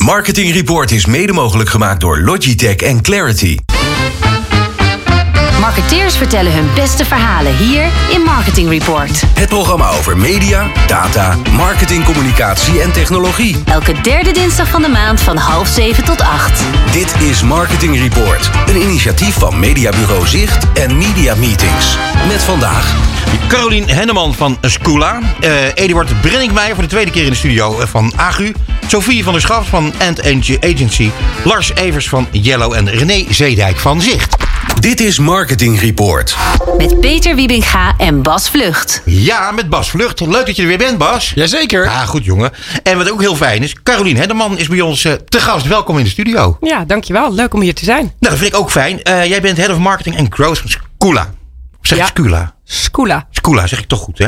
Marketing Report is mede mogelijk gemaakt door Logitech en Clarity. Marketeers vertellen hun beste verhalen hier in Marketing Report. Het programma over media, data, marketing, communicatie en technologie. Elke derde dinsdag van de maand van 6:30 tot 8. Dit is Marketing Report, een initiatief van Mediabureau Zicht en Media Meetings. Met vandaag Carolien Henneman van Schoola, Eduard Brenningmeijer voor de tweede keer in de studio van Agu, Sophie van der Schaft van Ant Agency, Lars Evers van Yellow en René Zeedijk van Zicht. Dit is Marketing Report. Met Peter Wiebinga en Bas Vlucht. Ja, met Bas Vlucht. Leuk dat je er weer bent, Bas. Jazeker. Ja, goed jongen. En wat ook heel fijn is, Carolien Henneman is bij ons te gast. Welkom in de studio. Ja, dankjewel. Leuk om hier te zijn. Nou, dat vind ik ook fijn. Jij bent Head of Marketing and Growth van Schoola. Zeg je Schoola? Schoola, zeg ik toch goed, hè?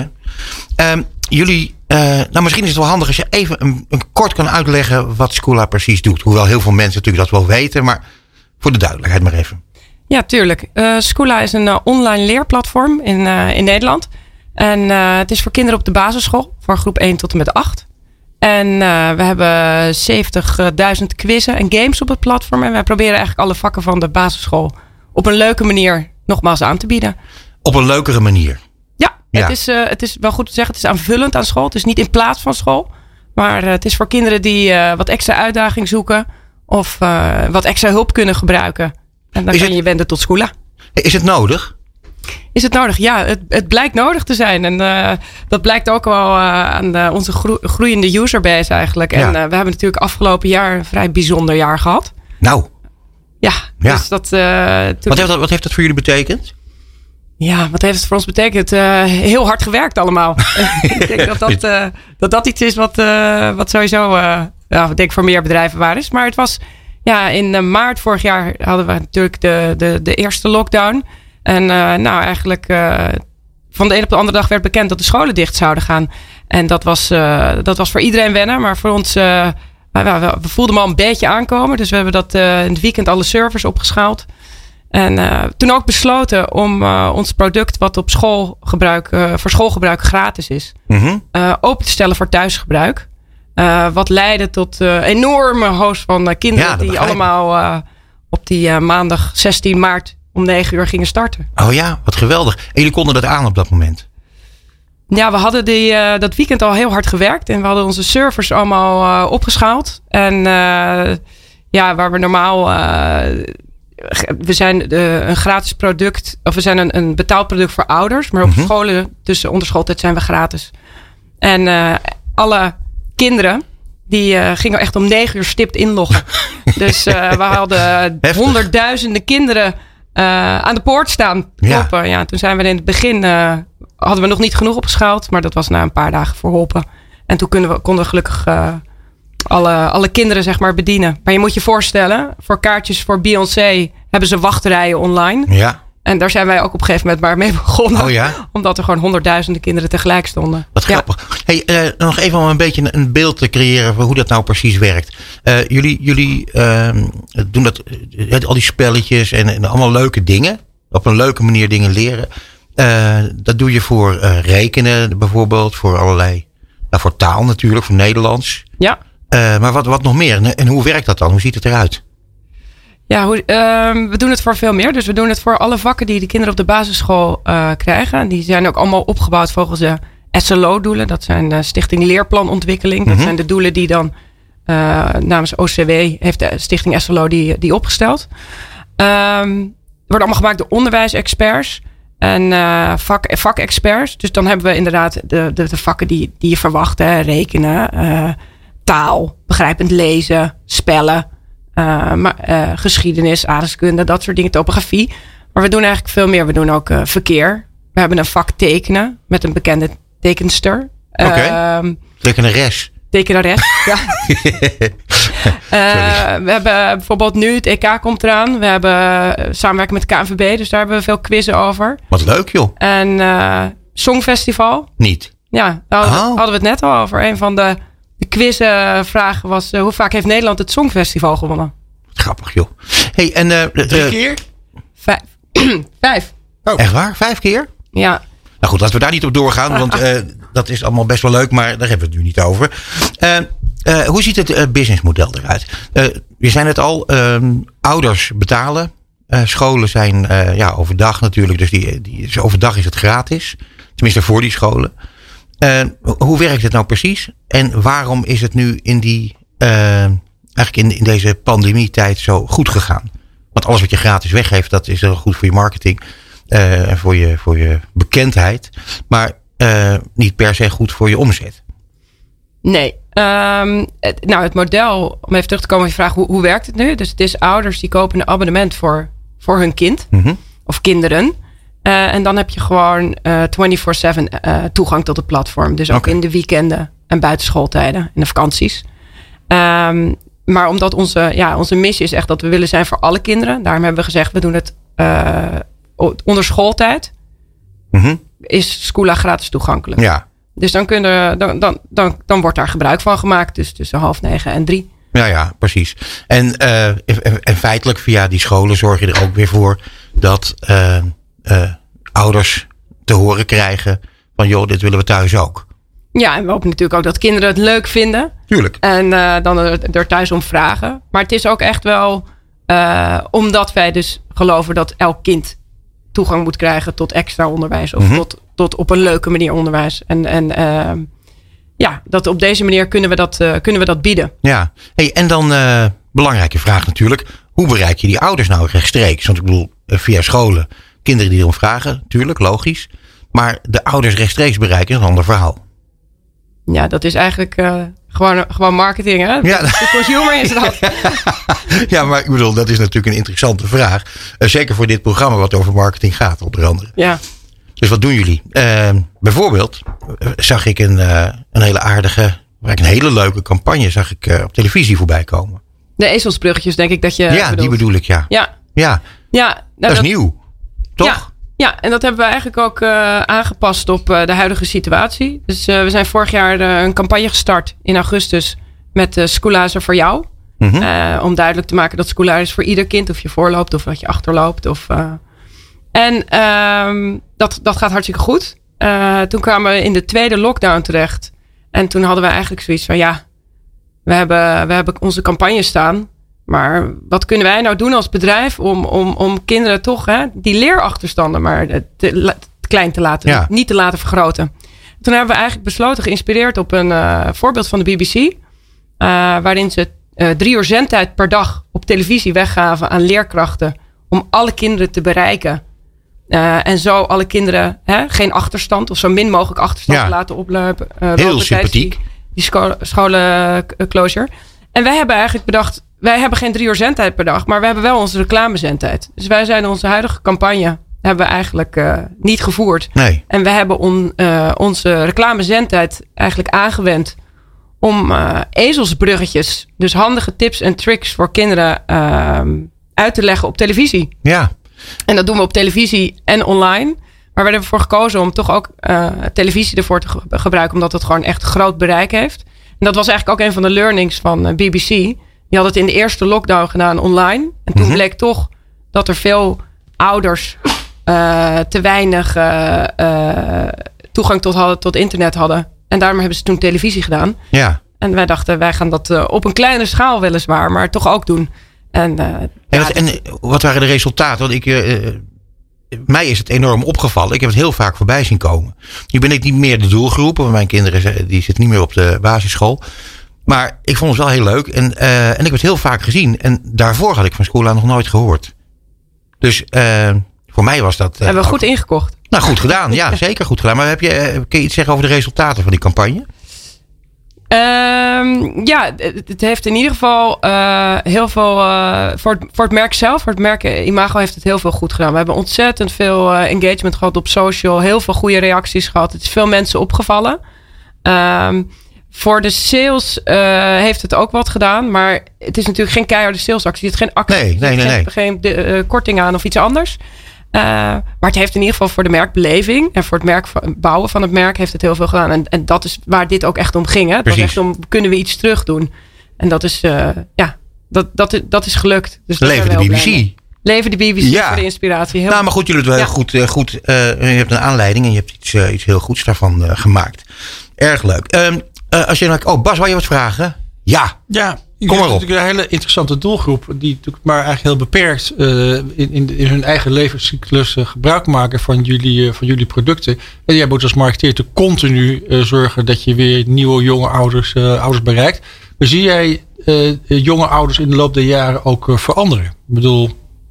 Jullie, misschien is het wel handig als je even een kort kan uitleggen wat Schoola precies doet. Hoewel heel veel mensen natuurlijk dat wel weten, maar voor de duidelijkheid maar even. Ja, tuurlijk. Schoola is een online leerplatform in Nederland. En het is voor kinderen op de basisschool, voor groep 1 tot en met 8. En we hebben 70.000 quizzen en games op het platform. En wij proberen eigenlijk alle vakken van de basisschool op een leuke manier nogmaals aan te bieden. Op een leukere manier? Ja. Het is wel goed te zeggen, het is aanvullend aan school. Het is niet in plaats van school. Maar het is voor kinderen die wat extra uitdaging zoeken of wat extra hulp kunnen gebruiken. En dan kan je wenden tot Schoola. Is het nodig? Is het nodig? Ja, het blijkt nodig te zijn. En dat blijkt ook wel aan onze groeiende userbase eigenlijk. En we hebben natuurlijk afgelopen jaar een vrij bijzonder jaar gehad. Nou. Ja. Dus dat... Wat heeft dat voor jullie betekend? Ja, wat heeft het voor ons betekend? Heel hard gewerkt allemaal. Ik denk dat iets is wat sowieso ik denk voor meer bedrijven waar is. Maar het was... Ja, in maart vorig jaar hadden we natuurlijk de eerste lockdown. En eigenlijk van de een op de andere dag werd bekend dat de scholen dicht zouden gaan. En dat was voor iedereen wennen. Maar voor ons, we voelden hem al een beetje aankomen. Dus we hebben dat in het weekend alle servers opgeschaald. En toen ook besloten om ons product wat op voor schoolgebruik gratis is. Open te stellen voor thuisgebruik. Wat leidde tot enorme host van kinderen die allemaal op die maandag 16 maart om 9 uur gingen starten. Oh ja, wat geweldig. En jullie konden dat aan op dat moment? Ja, we hadden dat weekend al heel hard gewerkt. En we hadden onze servers allemaal opgeschaald. En waar we normaal... we zijn een gratis product, of we zijn een betaald product voor ouders. Maar op scholen, tussen onderschooltijd zijn we gratis. En alle kinderen, die gingen echt om 9 uur stipt inloggen. Dus we hadden honderdduizenden kinderen aan de poort staan. Ja, toen zijn we in het begin, hadden we nog niet genoeg opgeschaald. Maar dat was na een paar dagen verholpen. En toen konden we gelukkig alle kinderen zeg maar bedienen. Maar je moet je voorstellen, voor kaartjes voor Beyoncé hebben ze wachtrijen online. Ja. En daar zijn wij ook op een gegeven moment maar mee begonnen. Oh ja? Omdat er gewoon honderdduizenden kinderen tegelijk stonden. Wat grappig. Hey, nog even om een beetje een beeld te creëren van hoe dat nou precies werkt. Jullie doen dat, al die spelletjes en allemaal leuke dingen. Op een leuke manier dingen leren. Dat doe je voor rekenen bijvoorbeeld. Voor allerlei, voor taal natuurlijk, voor Nederlands. Ja. Maar wat nog meer? En hoe werkt dat dan? Hoe ziet het eruit? Ja, we doen het voor veel meer. Dus we doen het voor alle vakken die de kinderen op de basisschool krijgen. Die zijn ook allemaal opgebouwd volgens de SLO-doelen. Dat zijn de Stichting Leerplanontwikkeling. Dat zijn de doelen die dan namens OCW heeft de Stichting SLO die opgesteld. Worden allemaal gemaakt door onderwijsexperts en vakexperts. Dus dan hebben we inderdaad de vakken die je verwacht. Rekenen, taal, begrijpend lezen, spellen. Geschiedenis, aardrijkskunde, dat soort dingen, topografie. Maar we doen eigenlijk veel meer. We doen ook verkeer. We hebben een vak tekenen met een bekende tekenster. Tekenares. Ja. We hebben bijvoorbeeld nu, het EK komt eraan. We hebben samenwerking met KNVB, dus daar hebben we veel quizzen over. Wat leuk joh. En Songfestival. Niet? Ja, daar hadden we het net al over. Een van de quizvragen was, hoe vaak heeft Nederland het Songfestival gewonnen? Grappig joh. Hey, en 3 keer? 5. Oh. Echt waar? 5 keer? Ja. Nou goed, laten we daar niet op doorgaan, want dat is allemaal best wel leuk, maar daar hebben we het nu niet over. Hoe ziet het businessmodel eruit? Je zei het al, ouders betalen. Scholen zijn overdag natuurlijk, dus overdag is het gratis. Tenminste voor die scholen. Hoe werkt het nou precies? En waarom is het nu eigenlijk in deze pandemietijd zo goed gegaan? Want alles wat je gratis weggeeft, dat is heel goed voor je marketing. En voor je bekendheid. Maar niet per se goed voor je omzet. Nee. Het model, om even terug te komen op je vraag, hoe werkt het nu? Dus het is ouders die kopen een abonnement voor hun kind. Mm-hmm. Of kinderen. En dan heb je gewoon 24/7 toegang tot het platform. Dus ook in de weekenden en buitenschooltijden. In de vakanties. Maar omdat onze missie is echt dat we willen zijn voor alle kinderen. Daarom hebben we gezegd, we doen het onder schooltijd. Mm-hmm. Is Schoola gratis toegankelijk. Ja. Dus dan wordt daar gebruik van gemaakt. Dus tussen 8:30 en 3. Ja, precies. En feitelijk via die scholen zorg je er ook weer voor dat ouders te horen krijgen van joh, dit willen we thuis ook. Ja, en we hopen natuurlijk ook dat kinderen het leuk vinden. Tuurlijk. En dan er thuis om vragen. Maar het is ook echt wel omdat wij dus geloven dat elk kind toegang moet krijgen tot extra onderwijs. Of tot op een leuke manier onderwijs. En dat op deze manier kunnen we dat bieden. Ja, en dan belangrijke vraag natuurlijk. Hoe bereik je die ouders nou rechtstreeks? Want ik bedoel, via scholen, kinderen die erom vragen, natuurlijk, logisch. Maar de ouders rechtstreeks bereiken is een ander verhaal. Ja, dat is eigenlijk gewoon marketing, hè? Ja. De consumer is dat. Ja, maar ik bedoel, dat is natuurlijk een interessante vraag. Zeker voor dit programma wat over marketing gaat, onder andere. Ja. Dus wat doen jullie? Bijvoorbeeld zag ik een hele aardige, een hele leuke campagne zag ik op televisie voorbij komen. De ezelsbruggetjes, denk ik dat je bedoelt. Die bedoel ik, ja. Ja. Nou, dat is nieuw, toch? Ja, en dat hebben we eigenlijk ook aangepast op de huidige situatie. Dus we zijn vorig jaar een campagne gestart in augustus met Schoola is er voor jou. Mm-hmm. Om duidelijk te maken dat Schoola is voor ieder kind. Of je voorloopt of wat je achterloopt. Dat gaat hartstikke goed. Toen kwamen we in de tweede lockdown terecht. En toen hadden we eigenlijk zoiets van we hebben onze campagne staan. Maar wat kunnen wij nou doen als bedrijf om kinderen toch die leerachterstanden maar te klein te laten, niet te laten vergroten. Toen hebben we eigenlijk besloten, geïnspireerd op een voorbeeld van de BBC. Waarin ze 3 uur zendtijd per dag op televisie weggaven aan leerkrachten om alle kinderen te bereiken. En zo alle kinderen geen achterstand of zo min mogelijk achterstand laten oplopen. Heel sympathiek. Die scholenclosure. En wij hebben eigenlijk bedacht, wij hebben geen 3 uur zendtijd per dag, maar we hebben wel onze reclamezendtijd. Dus wij zijn onze huidige campagne hebben we eigenlijk niet gevoerd. Nee. En we hebben onze reclamezendtijd eigenlijk aangewend om ezelsbruggetjes, dus handige tips en tricks voor kinderen uit te leggen op televisie. Ja. En dat doen we op televisie en online. Maar we hebben ervoor gekozen om toch ook televisie ervoor te gebruiken, omdat het gewoon echt groot bereik heeft. En dat was eigenlijk ook een van de learnings van BBC. Die had het in de eerste lockdown gedaan online. En toen bleek toch dat er veel ouders te weinig toegang tot internet hadden. En daarom hebben ze toen televisie gedaan. Ja. En wij dachten, wij gaan dat op een kleine schaal weliswaar, maar toch ook doen. En wat waren de resultaten? Want mij is het enorm opgevallen. Ik heb het heel vaak voorbij zien komen. Nu ben ik niet meer de doelgroep. Want mijn kinderen die zitten niet meer op de basisschool. Maar ik vond het wel heel leuk. En ik heb het heel vaak gezien. En daarvoor had ik van Schoola nog nooit gehoord. Dus voor mij was dat... hebben we goed ingekocht. Nou, goed gedaan. Ja, zeker goed gedaan. Maar kun je iets zeggen over de resultaten van die campagne? Het heeft in ieder geval heel veel voor het merk zelf, voor het merk Imago heeft het heel veel goed gedaan. We hebben ontzettend veel engagement gehad op social, heel veel goede reacties gehad. Het is veel mensen opgevallen. Voor de sales heeft het ook wat gedaan, maar het is natuurlijk geen keiharde salesactie. Het is geen actie, geen korting aan of iets anders. Maar het heeft in ieder geval voor de merkbeleving en voor het bouwen van het merk heeft het heel veel gedaan. En dat is waar dit ook echt om ging. Hè? Het was echt om, kunnen we iets terug doen? En dat is, dat is gelukt. Dus leven de BBC. Leven de BBC voor de inspiratie. Heel maar goed, jullie hebben het wel goed. Je hebt een aanleiding en je hebt iets heel goeds daarvan gemaakt. Erg leuk. Als je Bas, wou je wat vragen? Ja, kom maar op. Natuurlijk een hele interessante doelgroep. Die natuurlijk maar eigenlijk heel beperkt in hun eigen levenscyclus gebruik maken van jullie producten. En jij moet als marketeer continu zorgen dat je weer nieuwe jonge ouders bereikt. Maar zie jij jonge ouders in de loop der jaren ook veranderen? Ik bedoel,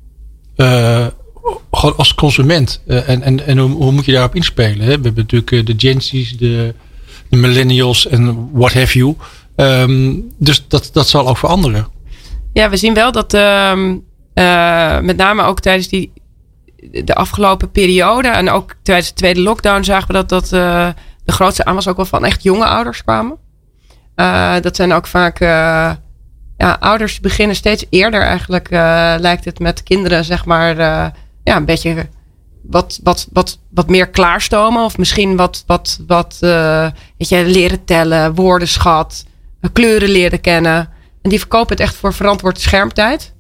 gewoon als consument. En hoe moet je daarop inspelen? Hè? We hebben natuurlijk de Gen Z's, de millennials en what have you. Dus dat zal ook veranderen. Ja, we zien wel dat met name ook tijdens de afgelopen periode en ook tijdens de tweede lockdown zagen we dat de grootste aanwas ook wel van echt jonge ouders kwamen. Dat zijn ook vaak ouders beginnen steeds eerder eigenlijk lijkt het met kinderen zeg maar een beetje wat meer klaarstomen of misschien wat leren tellen, woordenschat, kleuren leren kennen. En die verkopen het echt voor verantwoord schermtijd.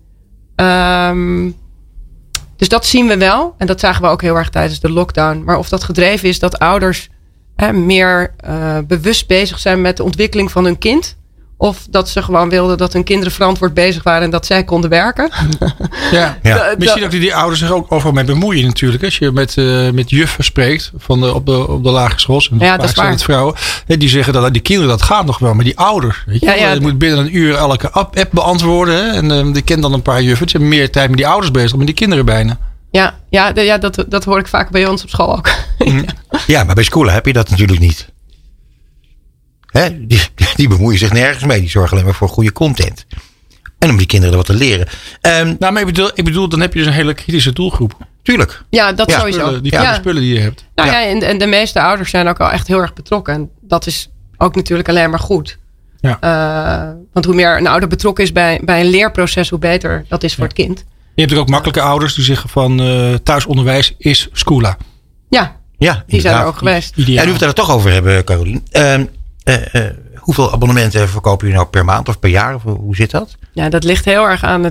Dus dat zien we wel. En dat zagen we ook heel erg tijdens de lockdown. Maar of dat gedreven is dat ouders meer bewust bezig zijn met de ontwikkeling van hun kind. Of dat ze gewoon wilden dat hun kinderen verantwoord bezig waren en dat zij konden werken. Misschien ook die ouders zich ook overal mee bemoeien natuurlijk. Als je met juffen spreekt op de lagere school. En dat is waar. Met vrouwen. Die zeggen dat die kinderen dat gaat nog wel. Maar die ouders. Weet je, je moet binnen een uur elke app beantwoorden. Hè? En die kent dan een paar juffen. Ze hebben meer tijd met die ouders bezig dan met die kinderen bijna. Dat hoor ik vaak bij ons op school ook. Ja, maar bij Schoola heb je dat natuurlijk niet. Hè? Die bemoeien zich nergens mee. Die zorgen alleen maar voor goede content. En om die kinderen wat te leren. Maar ik bedoel, dan heb je dus een hele kritische doelgroep. Tuurlijk. Ja, dat sowieso. Die spullen die je hebt. En de meeste ouders zijn ook al echt heel erg betrokken. En dat is ook natuurlijk alleen maar goed. Ja. Want hoe meer een ouder betrokken is bij een leerproces, hoe beter dat is voor het kind. Je hebt ook makkelijke ouders die zeggen van thuisonderwijs is Schoola. Ja, die zijn er ook geweest. En nu we het er toch over hebben, Carolien. Hoeveel abonnementen verkopen jullie nou per maand of per jaar? Of hoe zit dat? Ja, dat ligt heel erg aan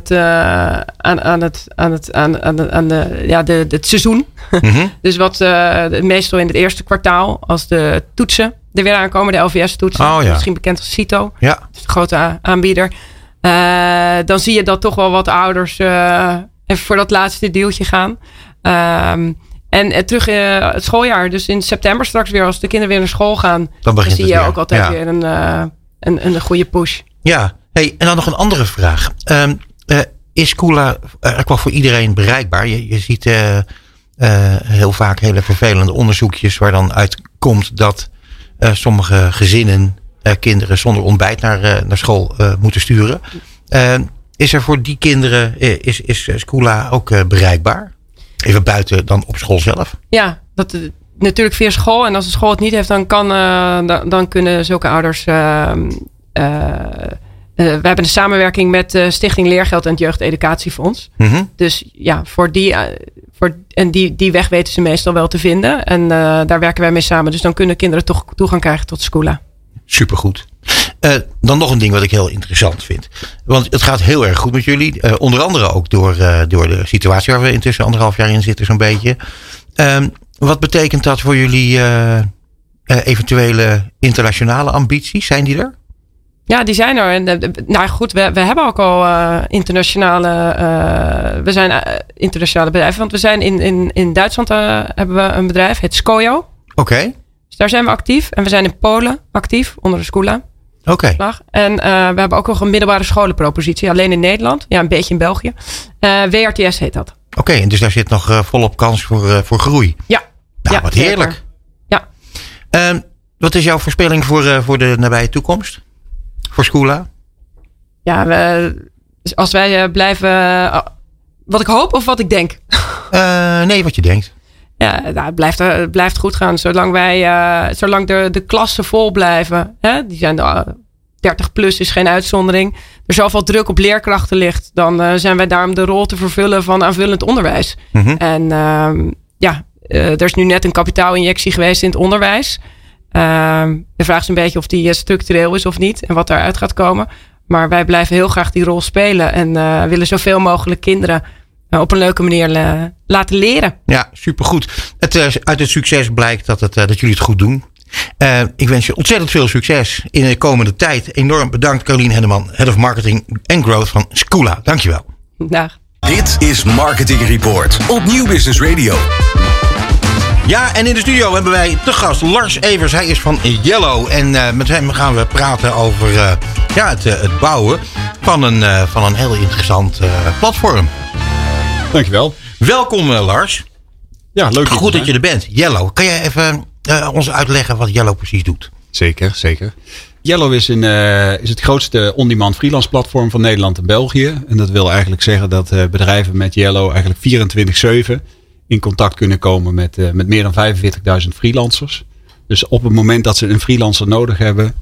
het seizoen. Mm-hmm. Dus wat meestal in het eerste kwartaal, als de toetsen er weer aankomen, de LVS-toetsen, misschien bekend als CITO, dat is de grote aanbieder. Dan zie je dat toch wel wat ouders even voor dat laatste deeltje gaan. En terug het schooljaar, dus in september straks weer, als de kinderen weer naar school gaan, dan zie je ook altijd weer een goede push. Ja, hey, en dan nog een andere vraag. Is Schoola eigenlijk wel voor iedereen bereikbaar? Je ziet heel vaak hele vervelende onderzoekjes waar dan uitkomt dat sommige gezinnen kinderen zonder ontbijt naar school moeten sturen. Is er voor die kinderen, is Schoola ook bereikbaar? Even buiten dan op school zelf? Ja, dat natuurlijk via school. En als de school het niet heeft, dan kunnen zulke ouders... we hebben een samenwerking met Stichting Leergeld en het Jeugdeducatiefonds. Mm-hmm. Dus ja, die weg weten ze meestal wel te vinden. En daar werken wij mee samen. Dus dan kunnen kinderen toch toegang krijgen tot Schoola. Supergoed. Dan nog een ding wat ik heel interessant vind. Want het gaat heel erg goed met jullie. Onder andere ook door de situatie waar we intussen 1,5 jaar in zitten zo'n beetje. Wat betekent dat voor jullie eventuele internationale ambities? Zijn die er? Ja, die zijn er. En, nou goed, we hebben ook al internationale bedrijven. Want we zijn in Duitsland hebben we een bedrijf, het Skojo. Oké. Dus daar zijn we actief. En we zijn in Polen actief, onder de Schoola. Oké. En we hebben ook nog een middelbare scholenpropositie. Alleen in Nederland. Ja, een beetje in België. WRTS heet dat. Oké, en dus daar zit nog volop kans voor groei. Ja. Nou, wat heerlijk. Ja. Wat is jouw voorspelling voor de nabije toekomst? Voor Schoola? Ja, als wij blijven... wat ik hoop of wat ik denk? Nee, wat je denkt. Ja, nou, het blijft goed gaan. Zolang de klassen vol blijven. Hè, die zijn 30 plus is geen uitzondering. Er zoveel druk op leerkrachten ligt. Dan zijn wij daar om de rol te vervullen van aanvullend onderwijs. Mm-hmm. En er is nu net een kapitaalinjectie geweest in het onderwijs. De vraag is een beetje of die structureel is of niet. En wat daaruit gaat komen. Maar wij blijven heel graag die rol spelen. En willen zoveel mogelijk kinderen op een leuke manier laten leren. Ja, supergoed. Uit het succes blijkt dat jullie het goed doen. Ik wens je ontzettend veel succes in de komende tijd. Enorm bedankt Carolien Henneman, Head of Marketing and Growth van Schoola. Dankjewel. Dag. Dit is Marketing Report op Nieuw Business Radio. Ja, en in de studio hebben wij te gast Lars Evers. Hij is van Yellow. En met hem gaan we praten over het bouwen van een heel interessant platform. Dankjewel. Welkom Lars. Ja, leuk. Goed dat je er bent. Yellow. Kan jij even ons uitleggen wat Yellow precies doet? Zeker. Yellow is het grootste on-demand freelance platform van Nederland en België. En dat wil eigenlijk zeggen dat bedrijven met Yellow eigenlijk 24/7 in contact kunnen komen met meer dan 45.000 freelancers. Dus op het moment dat ze een freelancer nodig hebben,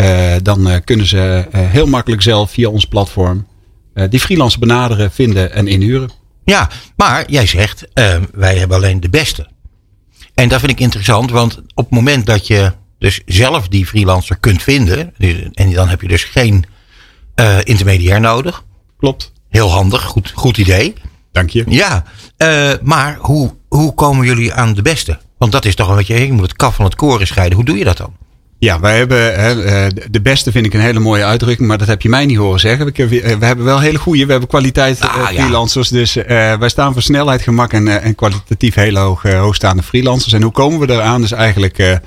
dan kunnen ze heel makkelijk zelf via ons platform die freelancer benaderen, vinden en inhuren. Ja, maar jij zegt, wij hebben alleen de beste. En dat vind ik interessant, want op het moment dat je dus zelf die freelancer kunt vinden, en dan heb je dus geen intermediair nodig. Klopt. Heel handig, goed idee. Dank je. Ja, maar hoe komen jullie aan de beste? Want dat is toch een beetje, je moet het kaf van het koren scheiden. Hoe doe je dat dan? Ja, wij hebben de beste vind ik een hele mooie uitdrukking, maar dat heb je mij niet horen zeggen. We hebben wel hele goede, we hebben kwaliteit freelancers. Dus wij staan voor snelheid, gemak en kwalitatief hele hoogstaande freelancers. En hoe komen we eraan? Dus eigenlijk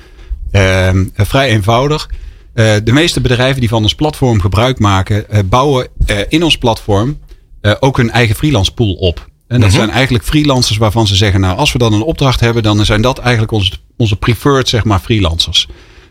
vrij eenvoudig. De meeste bedrijven die van ons platform gebruik maken, bouwen in ons platform ook hun eigen freelance pool op. En dat zijn eigenlijk freelancers waarvan ze zeggen, nou, als we dan een opdracht hebben, dan zijn dat eigenlijk onze preferred, zeg maar, freelancers.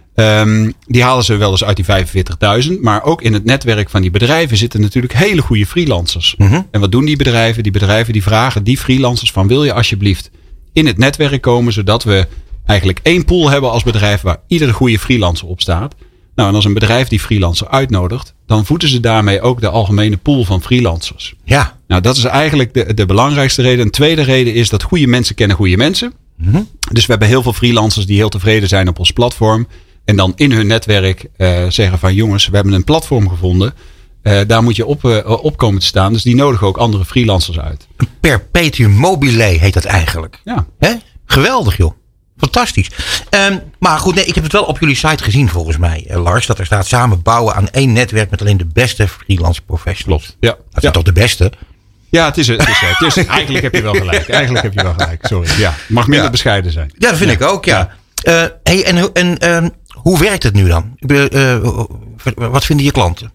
Die halen ze wel eens uit die 45.000. Maar ook in het netwerk van die bedrijven zitten natuurlijk hele goede freelancers. En wat doen die bedrijven? Die bedrijven die vragen die freelancers van, wil je alsjeblieft in het netwerk komen, zodat we eigenlijk één pool hebben als bedrijf waar iedere goede freelancer op staat. Nou, en als een bedrijf die freelancer uitnodigt, dan voeden ze daarmee ook de algemene pool van freelancers. Ja. Nou, dat is eigenlijk de belangrijkste reden. Een tweede reden is dat goede mensen kennen goede mensen. Dus we hebben heel veel freelancers die heel tevreden zijn op ons platform. En dan in hun netwerk zeggen van, jongens, we hebben een platform gevonden. Daar moet je op komen te staan. Dus die nodigen ook andere freelancers uit. Een perpetuum mobile heet dat eigenlijk. Ja. Hè? Geweldig joh. Fantastisch. Maar goed, ik heb het wel op jullie site gezien volgens mij, Lars. Dat er staat samen bouwen aan één netwerk met alleen de beste freelance professionals. Klopt. Ja. Dat is toch de beste? Ja, het is eigenlijk heb je wel gelijk. Sorry. Ja, mag minder bescheiden zijn. Ja, dat vind ik ook, ja. En hoe werkt het nu dan? Wat vinden je klanten?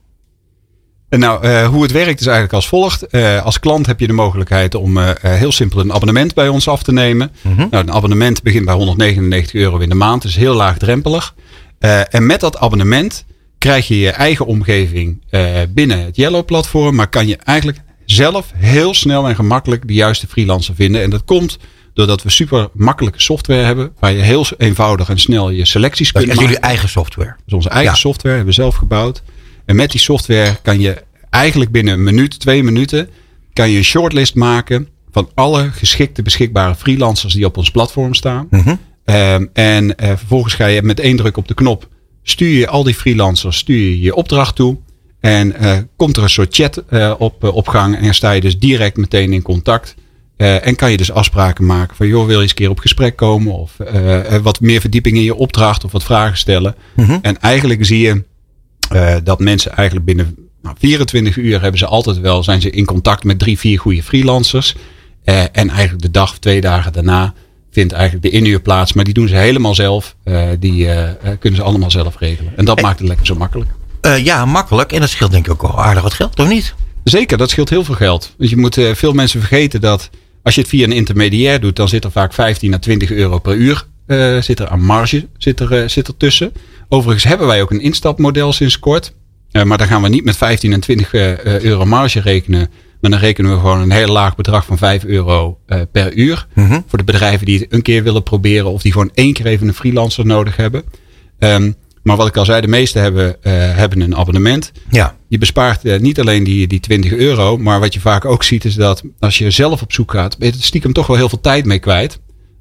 Hoe het werkt is eigenlijk als volgt. Als klant heb je de mogelijkheid om heel simpel een abonnement bij ons af te nemen. Nou, een abonnement begint bij €199 in de maand. Dus heel laagdrempelig. En met dat abonnement krijg je je eigen omgeving binnen het Yellow-platform. Maar kan je eigenlijk zelf heel snel en gemakkelijk de juiste freelancer vinden. En dat komt doordat we super makkelijke software hebben. Waar je heel eenvoudig en snel je selecties kunt maken. Dat is jullie eigen software? Dus onze eigen software hebben we zelf gebouwd. En met die software kan je eigenlijk binnen een minuut, 2 minuten, kan je een shortlist maken van alle geschikte beschikbare freelancers die op ons platform staan. Vervolgens ga je met 1 druk op de knop, stuur je al die freelancers, stuur je opdracht toe. En komt er een soort chat op gang en sta je dus direct meteen in contact. En kan je dus afspraken maken van, joh, wil je eens een keer op gesprek komen? Of wat meer verdieping in je opdracht of wat vragen stellen. En eigenlijk zie je dat mensen eigenlijk binnen 24 uur zijn ze in contact met 3-4 goede freelancers. En eigenlijk de dag of 2 dagen daarna vindt eigenlijk de inhuur plaats. Maar die doen ze helemaal zelf. Die kunnen ze allemaal zelf regelen. En dat maakt het lekker zo makkelijk. Ja, makkelijk. En dat scheelt denk ik ook wel aardig wat geld, toch niet? Zeker, dat scheelt heel veel geld. Dus je moet veel mensen vergeten dat als je het via een intermediair doet, dan zit er vaak 15 à 20 euro per uur zit er aan marge zit er tussen. Overigens hebben wij ook een instapmodel sinds kort. Maar dan gaan we niet met 15 en 20 euro marge rekenen. Maar dan rekenen we gewoon een heel laag bedrag van 5 euro per uur. Voor de bedrijven die het een keer willen proberen. Of die gewoon 1 keer even een freelancer nodig hebben. Maar wat ik al zei, de meeste hebben een abonnement. Ja. Je bespaart niet alleen die 20 euro. Maar wat je vaak ook ziet is dat als je zelf op zoek gaat, ben je stiekem toch wel heel veel tijd mee kwijt.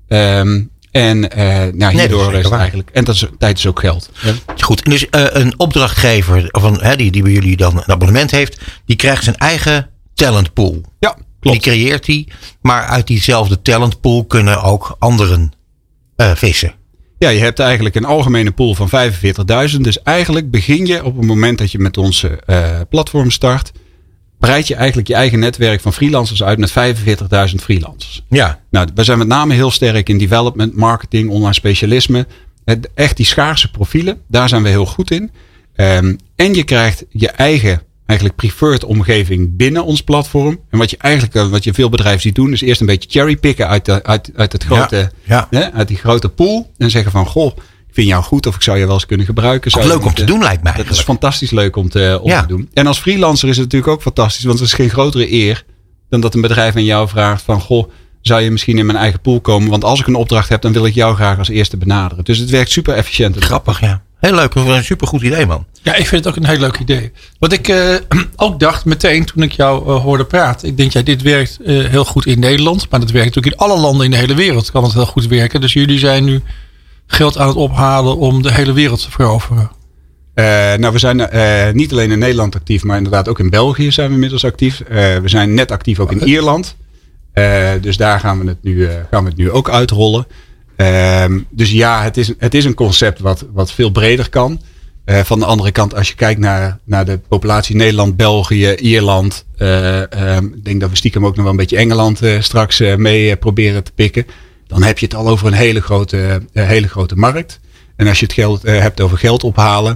Hierdoor is het eigenlijk. En tijd is ook geld. Ja. Goed, dus een opdrachtgever die bij jullie dan een abonnement heeft, die krijgt zijn eigen talentpool. Ja, klopt. Die creëert die, maar uit diezelfde talentpool kunnen ook anderen vissen. Ja, je hebt eigenlijk een algemene pool van 45.000. Dus eigenlijk begin je op het moment dat je met onze platform start, breid je eigenlijk je eigen netwerk van freelancers uit met 45.000 freelancers. Ja. Nou, wij zijn met name heel sterk in development, marketing, online specialisme. Echt die schaarse profielen, daar zijn we heel goed in. En je krijgt je eigen eigenlijk preferred omgeving binnen ons platform. En wat je veel bedrijven ziet doen, is eerst een beetje cherrypicken uit die grote pool. En zeggen van, goh, ik vind jou goed of ik zou je wel eens kunnen gebruiken. Leuk om te doen, lijkt mij. Dat is fantastisch leuk om te doen. En als freelancer is het natuurlijk ook fantastisch, want er is geen grotere eer dan dat een bedrijf aan jou vraagt van, goh, zou je misschien in mijn eigen pool komen? Want als ik een opdracht heb, dan wil ik jou graag als eerste benaderen. Dus het werkt super efficiënt. Grappig, ja. Heel leuk. Een supergoed idee, man. Ja, ik vind het ook een heel leuk idee. Wat ik ook dacht meteen toen ik jou hoorde praten. Ik denk, dit werkt heel goed in Nederland. Maar dat werkt natuurlijk in alle landen in de hele wereld. Kan het heel goed werken. Dus jullie zijn nu geld aan het ophalen om de hele wereld te veroveren. We zijn niet alleen in Nederland actief, maar inderdaad ook in België zijn we inmiddels actief. We zijn net actief ook in Ierland. Dus daar gaan we het nu ook uitrollen. Dus ja, het is een concept wat veel breder kan. Van de andere kant, als je kijkt naar de populatie Nederland, België, Ierland. Ik denk dat we stiekem ook nog wel een beetje Engeland straks mee proberen te pikken. Dan heb je het al over een hele grote markt. En als je het hebt over geld ophalen.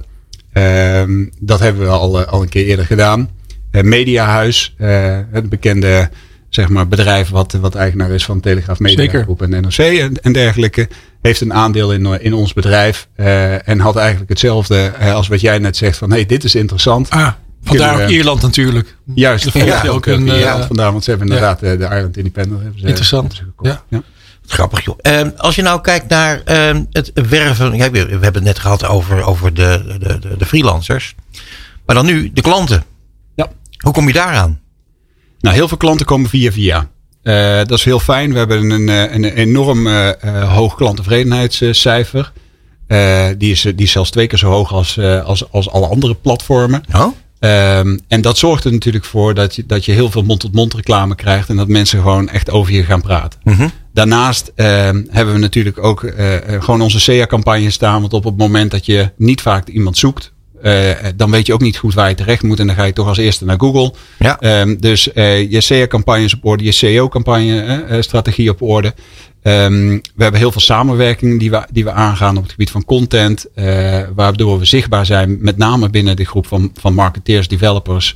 Dat hebben we al een keer eerder gedaan. Mediahuis, het bekende bedrijf wat eigenaar is van Telegraaf Media Groep en NRC en dergelijke, heeft een aandeel in ons bedrijf en had eigenlijk hetzelfde als wat jij net zegt van hey, dit is interessant. Vandaar ook Ierland natuurlijk. Juist, ook vandaar, want ze hebben inderdaad de Ireland Independent. Interessant. Ja. Grappig joh. Als je nou kijkt naar het werven. Ja, we hebben het net gehad over de freelancers. Maar dan nu de klanten. Ja. Hoe kom je daaraan? Nou, heel veel klanten komen via. Dat is heel fijn. We hebben een enorm hoog klanttevredenheidscijfer. Die is zelfs 2 keer zo hoog als alle andere platformen. Oh? En dat zorgt er natuurlijk voor dat je heel veel mond-tot-mond reclame krijgt. En dat mensen gewoon echt over je gaan praten. Mm-hmm. Daarnaast hebben we natuurlijk ook gewoon onze SEA-campagne staan. Want op het moment dat je niet vaak iemand zoekt, dan weet je ook niet goed waar je terecht moet. En dan ga je toch als eerste naar Google. Ja. Dus je SEA-campagnes op orde, je SEO-campagne-strategie op orde. We hebben heel veel samenwerkingen die we aangaan op het gebied van content. Waardoor we zichtbaar zijn, met name binnen de groep van marketeers, developers.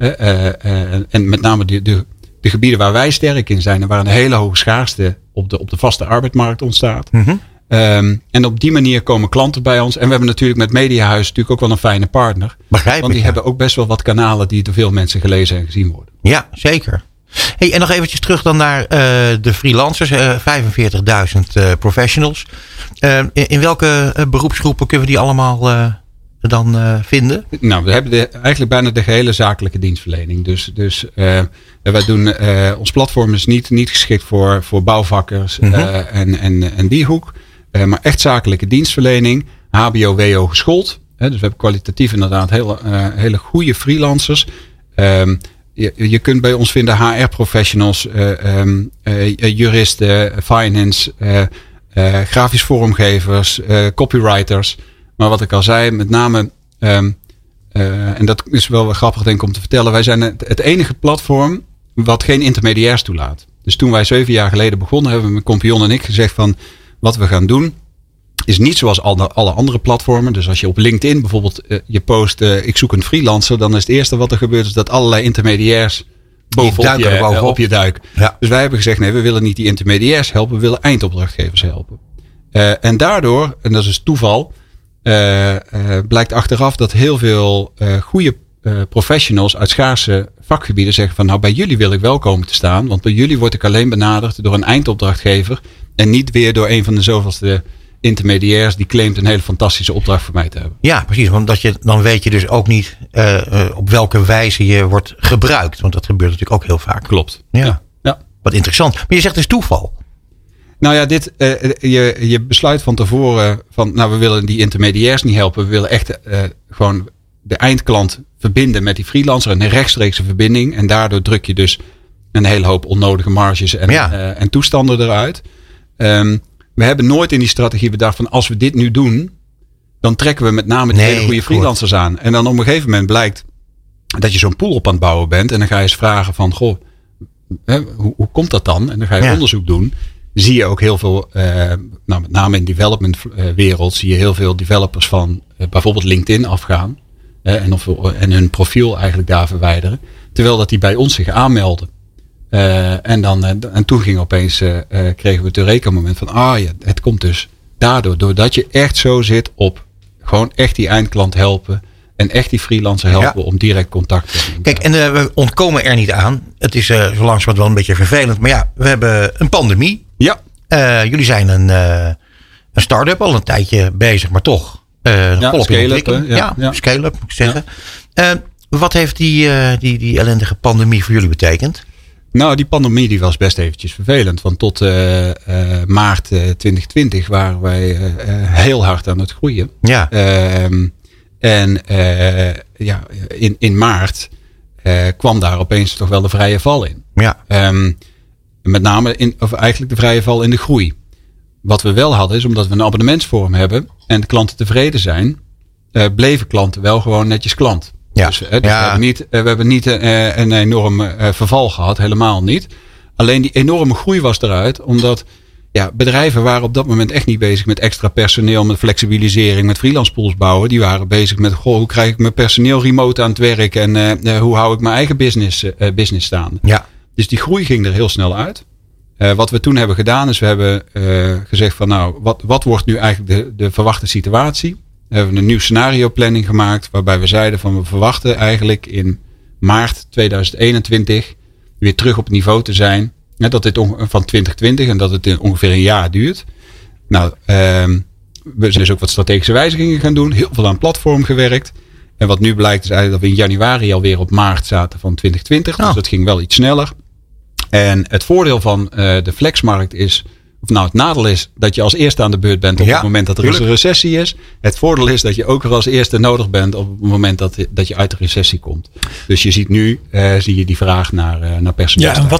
En met name de gebieden waar wij sterk in zijn. En waar een hele hoge schaarste op de vaste arbeidsmarkt ontstaat. Mm-hmm. En op die manier komen klanten bij ons. En we hebben natuurlijk met Mediahuis natuurlijk ook wel een fijne partner. Begrijp want die hebben ook best wel wat kanalen die door veel mensen gelezen en gezien worden. Ja, zeker. Hey, en nog eventjes terug dan naar de freelancers. 45.000 professionals. In welke beroepsgroepen kunnen we die allemaal dan vinden? Nou, we hebben eigenlijk bijna de gehele zakelijke dienstverlening. Dus wij doen, ons platform is niet geschikt voor bouwvakkers en die hoek. Maar echt zakelijke dienstverlening. HBO, WO geschoold. Dus we hebben kwalitatief inderdaad hele goede freelancers. Je kunt bij ons vinden HR-professionals, juristen, finance, grafisch vormgevers, copywriters. Maar wat ik al zei, met name, en dat is wel grappig denk ik om te vertellen. Wij zijn het enige platform wat geen intermediairs toelaat. Dus toen wij 7 jaar geleden begonnen, hebben we met Compion en ik gezegd van wat we gaan doen is niet zoals alle andere platformen. Dus als je op LinkedIn bijvoorbeeld je post ik zoek een freelancer, dan is het eerste wat er gebeurt is dat allerlei intermediairs bovenop je duiken. Ja. Dus wij hebben gezegd nee, we willen niet die intermediairs helpen, we willen eindopdrachtgevers helpen. En daardoor, en dat is toeval, blijkt achteraf dat heel veel goede professionals uit schaarse vakgebieden zeggen van nou bij jullie wil ik wel komen te staan, want bij jullie word ik alleen benaderd door een eindopdrachtgever en niet weer door een van de zoveelste intermediairs die claimt een hele fantastische opdracht voor mij te hebben. Ja, precies. Want dan weet je dus ook niet op welke wijze je wordt gebruikt. Want dat gebeurt natuurlijk ook heel vaak. Klopt. Ja. Wat interessant. Maar je zegt dus toeval. Nou ja, je besluit van tevoren van nou we willen die intermediairs niet helpen. We willen echt gewoon de eindklant verbinden met die freelancer. Een rechtstreekse verbinding. En daardoor druk je dus een hele hoop onnodige marges en toestanden eruit. we hebben nooit in die strategie bedacht van als we dit nu doen, dan trekken we met name de hele goede freelancers aan. En dan op een gegeven moment blijkt dat je zo'n pool op aan het bouwen bent. En dan ga je eens vragen van, goh, hoe komt dat dan? En dan ga je onderzoek doen. Zie je ook heel veel, met name in development wereld, zie je heel veel developers van bijvoorbeeld LinkedIn afgaan. En hun profiel eigenlijk daar verwijderen. Terwijl dat die bij ons zich aanmelden. En toen ging opeens, kregen we het Eureka-moment van, het komt dus daardoor. Doordat je echt zo zit op gewoon echt die eindklant helpen. En echt die freelancer helpen om direct contact te hebben. Kijk, en we ontkomen er niet aan. Het is zo langzamerhand wel een beetje vervelend. Maar ja, we hebben een pandemie. Ja. Jullie zijn een start-up, al een tijdje bezig, maar toch. Volop in ontwikkeling. Scale-up moet ik zeggen. Ja. Wat heeft die ellendige pandemie voor jullie betekend? Nou, die pandemie die was best eventjes vervelend. Want tot maart 2020 waren wij heel hard aan het groeien. Ja. In maart kwam daar opeens toch wel de vrije val in. Ja. Met name eigenlijk de vrije val in de groei. Wat we wel hadden is, omdat we een abonnementsvorm hebben en de klanten tevreden zijn, bleven klanten wel gewoon netjes klant. Ja. Dus we hebben niet een enorm verval gehad, helemaal niet. Alleen die enorme groei was eruit, omdat bedrijven waren op dat moment echt niet bezig met extra personeel, met flexibilisering, met freelance pools bouwen. Die waren bezig met, hoe krijg ik mijn personeel remote aan het werk en hoe hou ik mijn eigen business staande. Ja. Dus die groei ging er heel snel uit. Wat we toen hebben gedaan is, we hebben gezegd van wat wordt nu eigenlijk de verwachte situatie? We hebben een nieuw scenario planning gemaakt, waarbij we zeiden van we verwachten eigenlijk in maart 2021 weer terug op het niveau te zijn. Dat dit van 2020 en dat het ongeveer een jaar duurt. Nou, we zijn dus ook wat strategische wijzigingen gaan doen. Heel veel aan platform gewerkt. En wat nu blijkt is eigenlijk dat we in januari alweer op maart zaten van 2020. Dus dat ging wel iets sneller. En het voordeel van de flexmarkt is, het nadeel is dat je als eerste aan de beurt bent op het moment dat er een recessie is. Het voordeel is dat je ook er als eerste nodig bent op het moment dat je uit de recessie komt. Dus je ziet nu die vraag naar personeel. Ja, en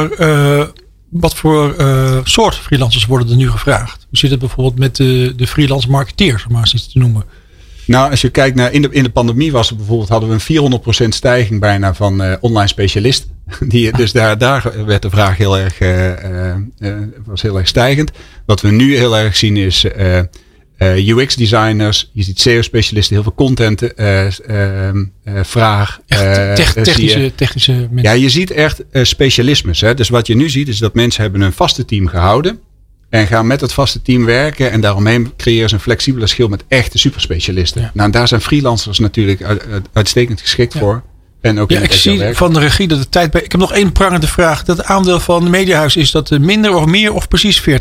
wat voor soort freelancers worden er nu gevraagd? Hoe zit het bijvoorbeeld met de freelance marketeers, om maar eens iets te noemen? Nou, als je kijkt naar in de pandemie hadden we een 400% stijging bijna van online specialisten. Dus daar werd de vraag was heel erg stijgend. Wat we nu heel erg zien is UX designers, je ziet SEO specialisten, heel veel content vraag. Technische mensen. Ja, je ziet echt specialismes. Hè? Dus wat je nu ziet is dat mensen hebben een vaste team gehouden. En gaan met het vaste team werken. En daaromheen creëren ze een flexibele schil met echte superspecialisten. Ja. Nou, en daar zijn freelancers natuurlijk uitstekend geschikt voor. En ook ik zie van de regie dat de tijd bij. Ik heb nog één prangende vraag. Dat het aandeel van de Mediahuis is dat minder of meer of precies 40%?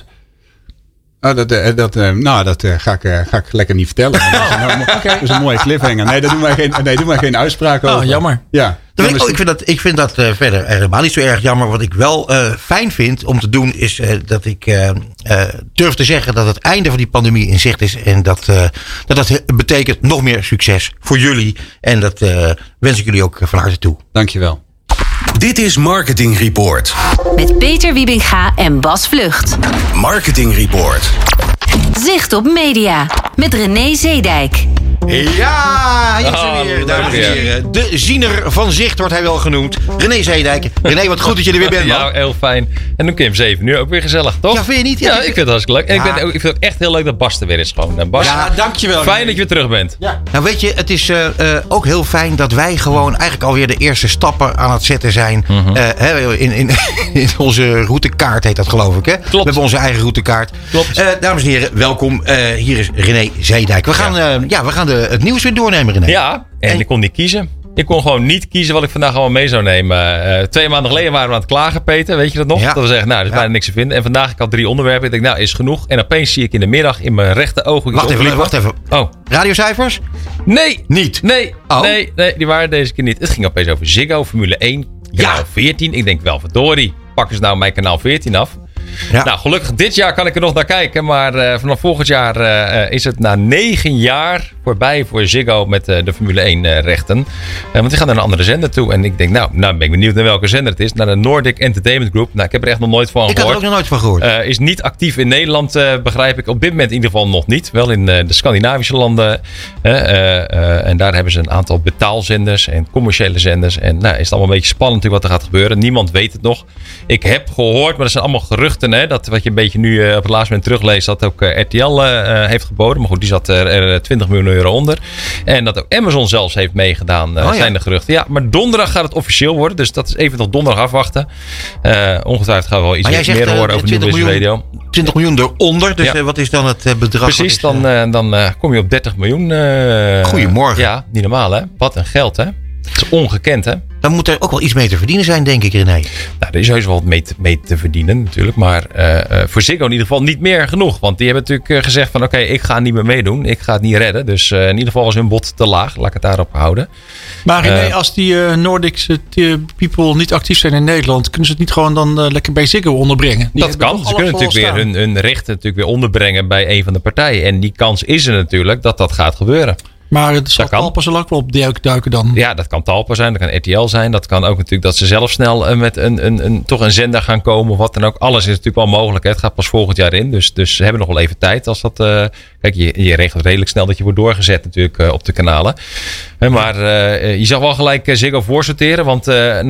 Dat ga ik lekker niet vertellen. Dat is een mooie cliffhanger. Nee, daar doen wij geen uitspraak over. Jammer. Ja. Ik vind dat verder helemaal niet zo erg jammer. Wat ik wel fijn vind om te doen is dat ik durf te zeggen dat het einde van die pandemie in zicht is. En dat betekent nog meer succes voor jullie. En dat wens ik jullie ook van harte toe. Dankjewel. Dit is Marketing Report. Met Peter Wiebinga en Bas Vlucht. Marketing Report. Zicht op Media. Met René Zeedijk. Ja, hier is hij weer, dames en heren. De ziener van Zicht wordt hij wel genoemd. René Zeedijk. René, wat goed dat je er weer bent, man. Ja, heel fijn. En dan kun je om 7 uur ook weer gezellig, toch? Ja, vind je niet? Ja, ik vind het hartstikke leuk. Ja. Ik vind het ook echt heel leuk dat Bas er weer is gewoon. Bas, ja, dankjewel. Fijn dat je weer terug bent. Ja. Nou, weet je, het is ook heel fijn dat wij gewoon eigenlijk alweer de eerste stappen aan het zetten zijn. In onze routekaart heet dat, geloof ik, hè? Klopt. We hebben onze eigen routekaart. Klopt. Dames en heren, welkom. Hier is René Zeedijk. We gaan het nieuws weer doornemen, René. Ja, en ik kon niet kiezen. Ik kon gewoon niet kiezen wat ik vandaag allemaal mee zou nemen. 2 maanden geleden waren we aan het klagen, Peter. Weet je dat nog? Ja. Dat we zeggen, er is bijna niks te vinden. En vandaag, ik had 3 onderwerpen. Ik denk, is genoeg. En opeens zie ik in de middag in mijn rechter ogen... Wacht even. Oh. Radiocijfers? Nee. Niet? Nee. Oh. Nee, die waren deze keer niet. Het ging opeens over Ziggo, Formule 1, kanaal 14. Ik denk wel, verdorie, pakken ze nou mijn kanaal 14 af? Ja. Nou, gelukkig dit jaar kan ik er nog naar kijken. Maar vanaf volgend jaar is het na 9 jaar voorbij voor Ziggo met de Formule 1 rechten. Want die gaan naar een andere zender toe. En ik denk, nou ben ik benieuwd naar welke zender het is. Naar de Nordic Entertainment Group. Nou, ik heb er echt nog nooit van gehoord. Ik had er ook nog nooit van gehoord. Is niet actief in Nederland, begrijp ik. Op dit moment in ieder geval nog niet. Wel in de Scandinavische landen. En daar hebben ze een aantal betaalzenders en commerciële zenders. En nou, is het allemaal een beetje spannend natuurlijk wat er gaat gebeuren. Niemand weet het nog. Ik heb gehoord, maar dat zijn allemaal geruchten. Hè, dat wat je een beetje nu op het laatste moment terugleest. Dat ook RTL heeft geboden. Maar goed, die zat er 20 miljoen euro onder. En dat ook Amazon zelfs heeft meegedaan. Zijn de geruchten. Ja, maar donderdag gaat het officieel worden. Dus dat is even nog donderdag afwachten. Ongetwijfeld gaan we wel iets meer horen over Nieuwsblad Radio. 20 miljoen eronder. Dus wat is dan het bedrag? Precies, dan kom je op 30 miljoen. Goedemorgen. Ja, niet normaal hè. Wat een geld hè. Dat is ongekend hè. Dan moet er ook wel iets mee te verdienen zijn, denk ik, René. Nou, er is heus wel wat mee te verdienen natuurlijk. Maar voor Ziggo in ieder geval niet meer genoeg. Want die hebben natuurlijk gezegd van oké, ik ga niet meer meedoen. Ik ga het niet redden. Dus in ieder geval was hun bod te laag. Laat ik het daarop houden. Maar René, als die Nordic's people niet actief zijn in Nederland, kunnen ze het niet gewoon dan lekker bij Ziggo onderbrengen? Dat kan. Ze kunnen natuurlijk weer hun rechten natuurlijk weer onderbrengen bij een van de partijen. En die kans is er natuurlijk dat gaat gebeuren. Maar het zal Talpa zo lang wel op duiken dan? Ja, dat kan Talpa zijn, dat kan RTL zijn. Dat kan ook natuurlijk dat ze zelf snel met toch een zender gaan komen. Of wat dan ook. Alles is natuurlijk wel mogelijk. Hè. Het gaat pas volgend jaar in. Dus ze hebben nog wel even tijd. Als dat, kijk, je regelt redelijk snel dat je wordt doorgezet natuurlijk op de kanalen. Maar je zag wel gelijk Ziggo voorsorteren. Want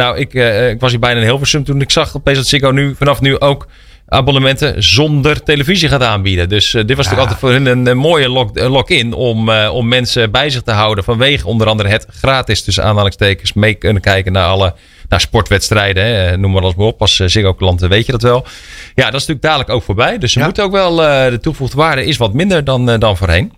ik was hier bijna in Hilversum toen ik zag opeens dat Ziggo vanaf nu ook abonnementen zonder televisie gaat aanbieden. Dus dit was natuurlijk altijd voor hun een mooie lock-in om mensen bij zich te houden vanwege onder andere het gratis tussen aanhalingstekens mee kunnen kijken naar alle sportwedstrijden. Hè. Noem maar alles maar op. Als Ziggo-klanten weet je dat wel. Ja, dat is natuurlijk dadelijk ook voorbij. Dus ze moeten ook wel, de toegevoegde waarde is wat minder dan voorheen.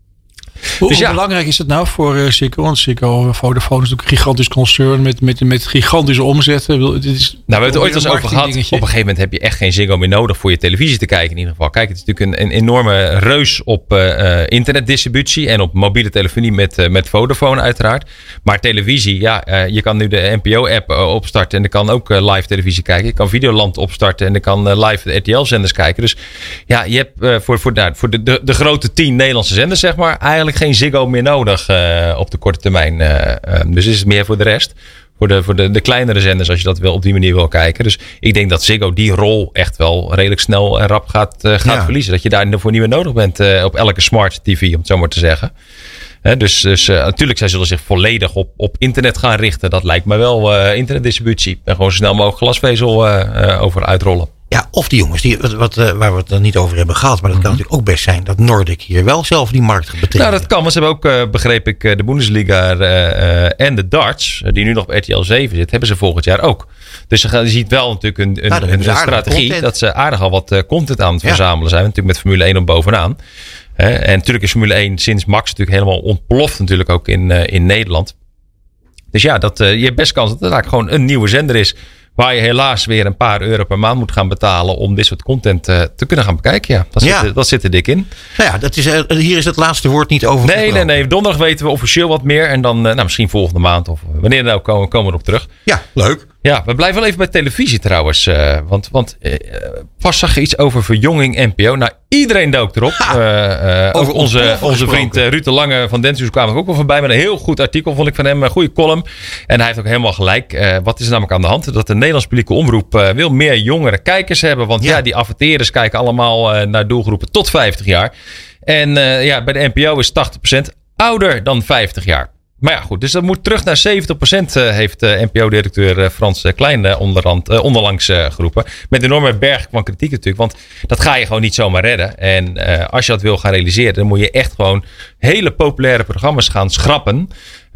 Hoe belangrijk is het nou voor Ziggo? Want Ziggo, Vodafone is natuurlijk een gigantisch concern met gigantische omzetten. We hebben het ooit eens over gehad. Op een gegeven moment heb je echt geen Ziggo meer nodig voor je televisie te kijken in ieder geval. Kijk, het is natuurlijk een enorme reus op internetdistributie en op mobiele telefonie met Vodafone uiteraard. Maar televisie, je kan nu de NPO-app opstarten en er kan ook live televisie kijken. Je kan Videoland opstarten en er kan live de RTL-zenders kijken. Dus ja, je hebt voor de grote 10 Nederlandse zenders zeg maar eigenlijk geen Ziggo meer nodig op de korte termijn. Dus is het meer voor de rest. Voor de kleinere zenders als je dat op die manier wil kijken. Dus ik denk dat Ziggo die rol echt wel redelijk snel en rap gaat verliezen. Dat je daarvoor niet meer nodig bent op elke smart tv, om het zo maar te zeggen. Dus natuurlijk, zij zullen zich volledig op internet gaan richten. Dat lijkt me wel internetdistributie. En gewoon zo snel mogelijk glasvezel over uitrollen. Ja, of die jongens waar we het dan niet over hebben gehad. Maar dat kan natuurlijk ook best zijn dat Nordic hier wel zelf die markt gaat betreden. Nou, dat kan. Maar ze hebben ook, begreep ik, de Bundesliga en de darts, die nu nog op RTL 7 zit, hebben ze volgend jaar ook. Dus je ziet wel natuurlijk een strategie dat ze aardig al wat content aan het verzamelen zijn. Natuurlijk met Formule 1 op bovenaan. En natuurlijk is Formule 1 sinds Max natuurlijk helemaal ontploft natuurlijk ook in Nederland. Dus ja, je hebt best kans dat het eigenlijk gewoon een nieuwe zender is. Waar je helaas weer een paar euro per maand moet gaan betalen om dit soort content te kunnen gaan bekijken. Ja, dat zit er dik in. Nou ja, hier is het laatste woord niet over. Nee. Donderdag weten we officieel wat meer. En dan misschien volgende maand of wanneer dan ook komen we erop terug. Ja, leuk. Ja, we blijven wel even bij televisie trouwens. Want pas zag je iets over verjonging NPO. Nou, iedereen dook erop. Ook onze vriend Ruud de Lange van Dentsus kwam ook wel voorbij met een heel goed artikel, vond ik van hem. Een goede column. En hij heeft ook helemaal gelijk. Wat is er namelijk aan de hand? Dat de Nederlandse publieke omroep wil meer jongere kijkers hebben. Want die adverteerders kijken allemaal naar doelgroepen tot 50 jaar. En bij de NPO is 80% ouder dan 50 jaar. Maar ja, goed. Dus dat moet terug naar 70%, heeft NPO-directeur Frans Klein onderlangs geroepen. Met een enorme berg van kritiek natuurlijk. Want dat ga je gewoon niet zomaar redden. En als je dat wil gaan realiseren, dan moet je echt gewoon hele populaire programma's gaan schrappen.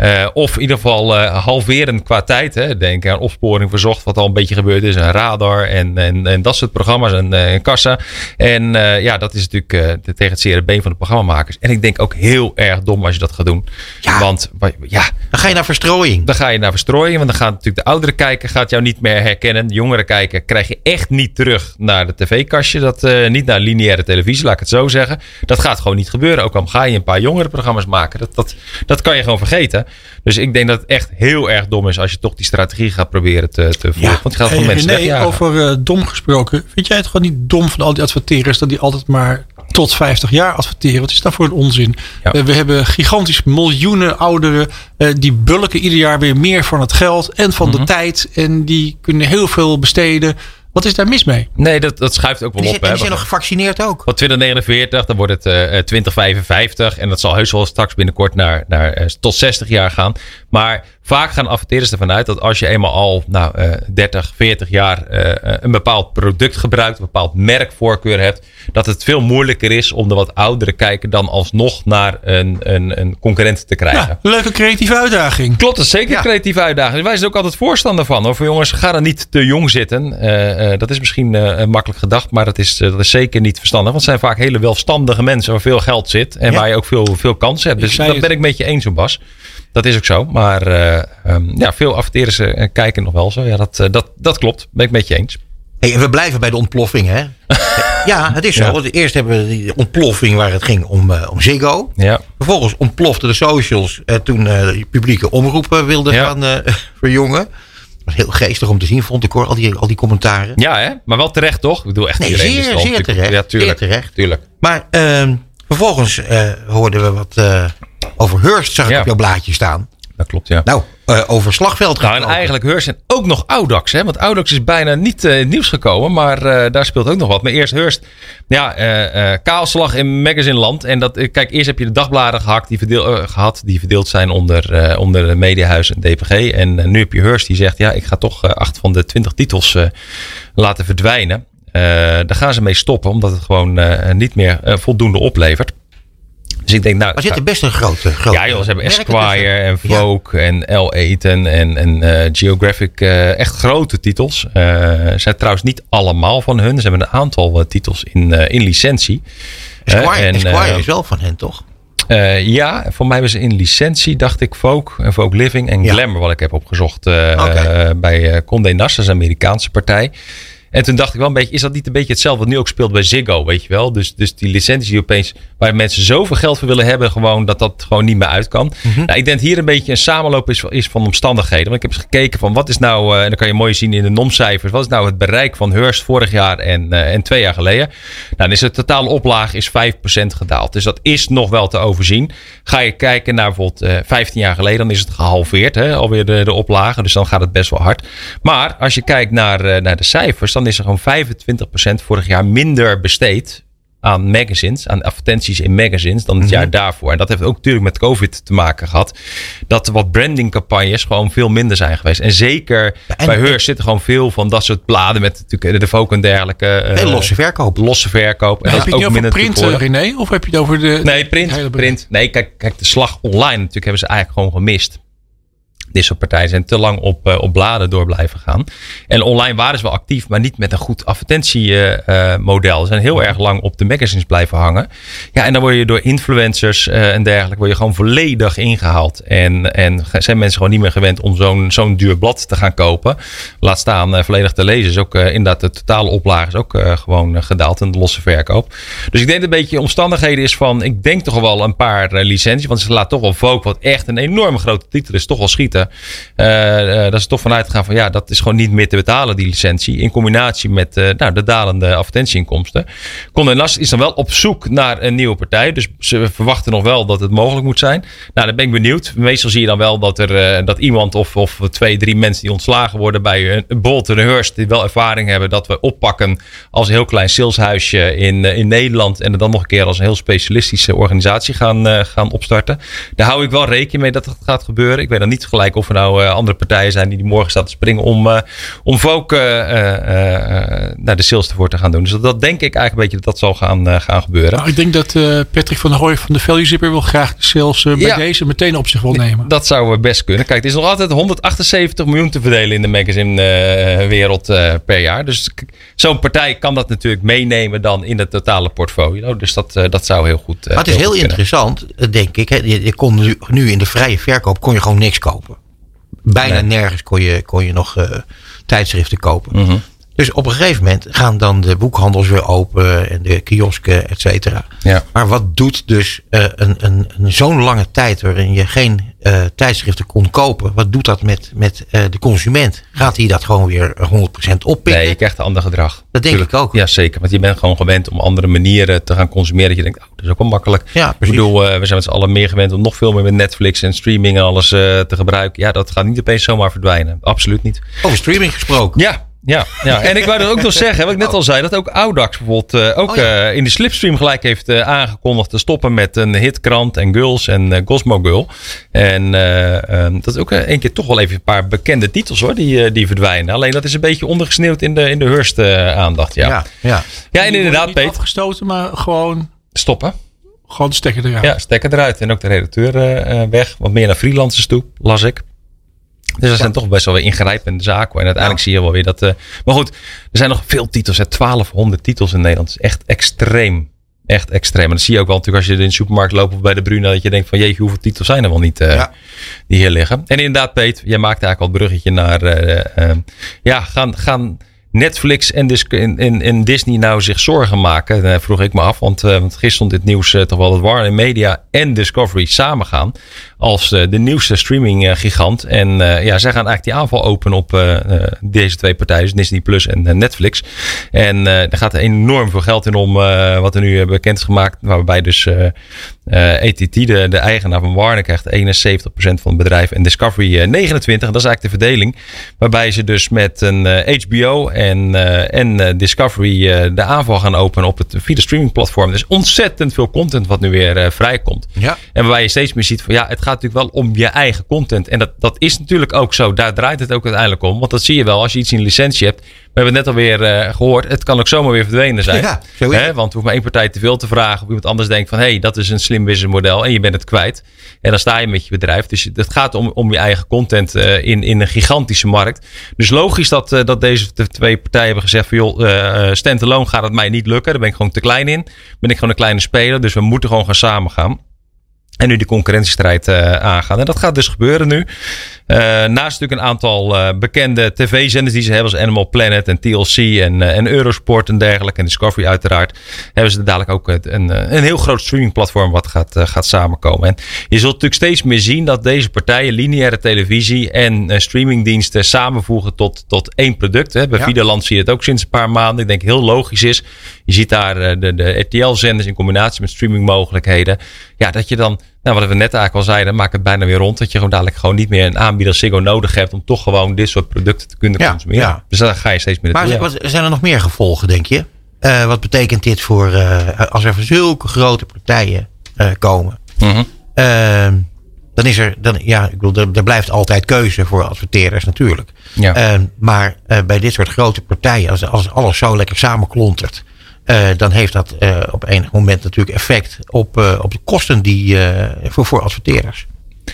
Of in ieder geval halveren qua tijd. Hè. Denk aan Opsporing Verzocht, wat al een beetje gebeurd is. Een Radar en dat soort programma's. En Kassa. En dat is natuurlijk tegen het zere been van de programmamakers. En ik denk ook heel erg dom als je dat gaat doen. Ja, want dan ga je naar verstrooiing. Want dan gaat natuurlijk de oudere kijker gaat jou niet meer herkennen. De jongere kijker krijg je echt niet terug naar de tv-kastje. Niet naar lineaire televisie, laat ik het zo zeggen. Dat gaat gewoon niet gebeuren. Ook al ga je een paar jongere programma's maken. Dat kan je gewoon vergeten. Dus ik denk dat het echt heel erg dom is als je toch die strategie gaat proberen te volgen. Want het gaat van mensen wegjagen. Over dom gesproken. Vind jij het gewoon niet dom van al die adverteerders dat die altijd maar tot 50 jaar adverteren? Wat is dat voor een onzin? Ja. We hebben gigantisch miljoenen ouderen. Die bulken ieder jaar weer meer van het geld en van de tijd. En die kunnen heel veel besteden. Wat is daar mis mee? Nee, dat schuift ook wel op. Die zijn nog gevaccineerd ook. Van 2049, dan wordt het 2055. En dat zal heus wel straks binnenkort naar tot 60 jaar gaan. Maar vaak gaan adverteerders ervan uit dat als je eenmaal al 30, 40 jaar een bepaald product gebruikt, een bepaald merkvoorkeur hebt, dat het veel moeilijker is om de wat oudere kijker dan alsnog naar een concurrent te krijgen. Ja, leuke creatieve uitdaging. Klopt, dat is zeker een creatieve uitdaging. Wij zijn ook altijd voorstander van. Hoor. Voor jongens, ga er niet te jong zitten. Dat is misschien makkelijk gedacht, maar dat is zeker niet verstandig. Want het zijn vaak hele welstandige mensen waar veel geld zit en waar je ook veel kansen hebt. Dus dat ben ik met je eens, Bas. Dat is ook zo. Maar veel adverteerders kijken nog wel zo. Ja, dat klopt. Ben ik met je eens. Hey, we blijven bij de ontploffing, hè? Ja, het is zo. Ja. Eerst hebben we die ontploffing waar het ging om Ziggo. Ja. Vervolgens ontplofte de socials toen de publieke omroepen wilden gaan verjongen. Dat was heel geestig om te zien, vond ik hoor. Al die commentaren. Ja, hè? Maar wel terecht, toch? Ik bedoel, echt iedereen zeer terecht. Ja, tuurlijk. Maar vervolgens hoorden we wat over Hearst, zag ik op jouw blaadje staan. Dat klopt, ja. Nou, over Slagveld en eigenlijk Hearst en ook nog Audax. Hè? Want Audax is bijna niet nieuws gekomen. Maar daar speelt ook nog wat. Maar eerst Hearst. Ja, kaalslag in magazineland. En kijk, eerst heb je de dagbladen gehad. Die verdeeld zijn onder Mediahuis en DPG. En nu heb je Hearst die zegt, ja, ik ga toch 8 van de 20 titels laten verdwijnen. Daar gaan ze mee stoppen. Omdat het gewoon niet meer voldoende oplevert. Dus ik denk, nou, maar zit best een grote ja, joh, ze hebben Esquire en Vogue en L. Eaton en Geographic. Echt grote titels. Zijn trouwens niet allemaal van hun. Ze hebben een aantal titels in licentie. Esquire is wel van hen, toch? Ja, voor mij was ze in licentie, dacht ik, Vogue en Vogue Living en Glamour, wat ik heb opgezocht bij Condé Nast, dat is een Amerikaanse partij. En toen dacht ik wel een beetje, is dat niet een beetje hetzelfde wat nu ook speelt bij Ziggo, weet je wel? Dus die licenties die opeens, waar mensen zoveel geld voor willen hebben, gewoon dat gewoon niet meer uit kan. Mm-hmm. Nou, ik denk hier een beetje een samenloop is van omstandigheden. Want ik heb eens gekeken van wat is nou, en dan kan je mooi zien in de NOM-cijfers, wat is nou het bereik van Hearst vorig jaar en 2 jaar geleden? Nou, dan is de totale oplage is 5% gedaald. Dus dat is nog wel te overzien. Ga je kijken naar bijvoorbeeld 15 jaar geleden, dan is het gehalveerd, hè, alweer de oplage. Dus dan gaat het best wel hard. Maar als je kijkt naar de cijfers, dan is er gewoon 25% vorig jaar minder besteed aan magazines, aan advertenties in magazines dan het jaar daarvoor. En dat heeft ook natuurlijk met COVID te maken gehad. Dat wat brandingcampagnes gewoon veel minder zijn geweest. En zeker bij Hearst zitten gewoon veel van dat soort bladen met natuurlijk de Vogue en dergelijke. Losse verkoop. En heb je het over print, René? Of heb je het over de... Nee, print. Nee, kijk, de slag online natuurlijk hebben ze eigenlijk gewoon gemist. Dit soort partijen zijn te lang op bladen door blijven gaan. En online waren ze wel actief, maar niet met een goed advertentiemodel. Ze zijn heel erg lang op de magazines blijven hangen. Ja, en dan word je door influencers en dergelijke word je gewoon volledig ingehaald. En zijn mensen gewoon niet meer gewend om zo'n duur blad te gaan kopen. Laat staan volledig te lezen. Is ook inderdaad de totale oplage is ook gewoon gedaald in de losse verkoop. Dus ik denk dat een beetje omstandigheden is van, ik denk toch wel een paar licenties. Want ze laat toch wel Vogue, wat echt een enorme grote titel is, toch wel schieten. Dat ze toch vanuit gaan van ja, dat is gewoon niet meer te betalen, die licentie. In combinatie met de dalende advertentieinkomsten. Condé Nast is dan wel op zoek naar een nieuwe partij. Dus ze verwachten nog wel dat het mogelijk moet zijn. Nou, dan ben ik benieuwd. Meestal zie je dan wel dat iemand of 2, 3 mensen die ontslagen worden bij een Bolt en Hearst die wel ervaring hebben, dat we oppakken als een heel klein saleshuisje in Nederland en er dan nog een keer als een heel specialistische organisatie gaan opstarten. Daar hou ik wel rekening mee dat het gaat gebeuren. Ik weet dan niet gelijk of er nou andere partijen zijn die morgen staan te springen om Vogue naar de sales ervoor te gaan doen. Dus dat denk ik eigenlijk een beetje dat zal gaan gebeuren. Nou, ik denk dat Patrick van der Hooij van de Value Zipper wil graag de sales bij deze meteen op zich wil nemen. Dat zou best kunnen. Kijk, het is nog altijd 178 miljoen te verdelen in de magazine wereld per jaar. Dus zo'n partij kan dat natuurlijk meenemen dan in het totale portfolio. Dus dat zou heel goed maar het is heel interessant, denk ik. Hè. Je kon nu in de vrije verkoop kon je gewoon niks kopen. Bijna nergens kon je nog tijdschriften kopen. Mm-hmm. Dus op een gegeven moment gaan dan de boekhandels weer open en de kiosken, et cetera. Ja. Maar wat doet dus een zo'n lange tijd waarin je geen tijdschriften kon kopen, wat doet dat met de consument? Gaat hij dat gewoon weer 100% oppikken? Nee, je krijgt een ander gedrag. Dat denk ik ook. Ja, zeker. Want je bent gewoon gewend om andere manieren te gaan consumeren. Dat je denkt, dat is ook wel makkelijk. Ja, ik bedoel, we zijn met z'n allen meer gewend om nog veel meer met Netflix en streaming en alles te gebruiken. Ja, dat gaat niet opeens zomaar verdwijnen. Absoluut niet. Over streaming gesproken. Ja. En ik wou dat ook nog zeggen, wat ik net al zei, dat ook Audax bijvoorbeeld in de slipstream gelijk heeft aangekondigd te stoppen met een hitkrant en Girls en Cosmo Girl. En dat is ook een keer toch wel even een paar bekende titels hoor, die verdwijnen. Alleen dat is een beetje ondergesneeuwd in de Hearst aandacht. Ja, en inderdaad, Peter. Afgestoten, maar gewoon stoppen. Gewoon de stekker eruit. Ja, stekker eruit. En ook de redacteur weg. Wat meer naar freelancers toe, las ik. Dus dat zijn toch best wel weer ingrijpende zaken. En uiteindelijk zie je wel weer dat... maar goed, er zijn nog veel titels. 1200 titels in Nederland. Dat is echt extreem. Echt extreem. En dat zie je ook wel natuurlijk als je in de supermarkt loopt of bij de Bruna. Dat je denkt van jeetje, hoeveel titels zijn er wel niet die hier liggen. En inderdaad, Peet, jij maakte eigenlijk al het bruggetje naar... gaan Netflix en Disney nou zich zorgen maken? Vroeg ik me af. Want gisteren stond dit nieuws toch wel dat Warner Media en Discovery samen gaan. Als de nieuwste streaming gigant. En zij gaan eigenlijk die aanval openen op deze twee partijen. Dus Disney Plus en Netflix. En er gaat enorm veel geld in om wat er nu bekend is gemaakt. Waarbij dus AT&T, de eigenaar van Warner, krijgt 71% van het bedrijf. En Discovery 29%. Dat is eigenlijk de verdeling. Waarbij ze dus met een HBO en Discovery de aanval gaan openen op het via de streamingplatform. Er is ontzettend veel content wat nu weer vrijkomt. Ja. En waarbij je steeds meer ziet van het gaat natuurlijk wel om je eigen content. En dat is natuurlijk ook zo. Daar draait het ook uiteindelijk om. Want dat zie je wel als je iets in licentie hebt. We hebben het net alweer gehoord. Het kan ook zomaar weer verdwenen zijn. Ja, want er hoeft maar één partij te veel te vragen. Of iemand anders denkt van dat is een slim businessmodel. En je bent het kwijt. En dan sta je met je bedrijf. Dus het gaat om je eigen content in een gigantische markt. Dus logisch dat deze twee partijen hebben gezegd van stand-alone gaat het mij niet lukken. Daar ben ik gewoon te klein in. Ben ik gewoon een kleine speler. Dus we moeten gewoon gaan samen gaan. En nu de concurrentiestrijd aangaan. En dat gaat dus gebeuren nu. Naast natuurlijk een aantal bekende tv-zenders die ze hebben. Als Animal Planet en TLC en Eurosport en dergelijke. En Discovery uiteraard. Hebben ze dadelijk ook een heel groot streamingplatform wat gaat samenkomen. En je zult natuurlijk steeds meer zien dat deze partijen lineaire televisie en streamingdiensten samenvoegen tot één product. Hè. Bij Videoland zie je het ook sinds een paar maanden. Ik denk heel logisch is. Je ziet daar de RTL-zenders in combinatie met streamingmogelijkheden. Ja, dat je dan, wat we net eigenlijk al zeiden, maak het bijna weer rond. Dat je gewoon dadelijk gewoon niet meer een aanbieder als Ziggo nodig hebt om toch gewoon dit soort producten te kunnen consumeren. Ja. Dus daar ga je steeds meer naartoe. Maar zijn er nog meer gevolgen, denk je? Wat betekent dit voor als er zulke grote partijen komen? Mm-hmm. Dan is er, ik bedoel, er blijft altijd keuze voor adverteerders natuurlijk. Ja. Maar bij dit soort grote partijen, als alles zo lekker samenklontert, dan heeft dat op enig moment natuurlijk effect op de kosten die voor adverteerders.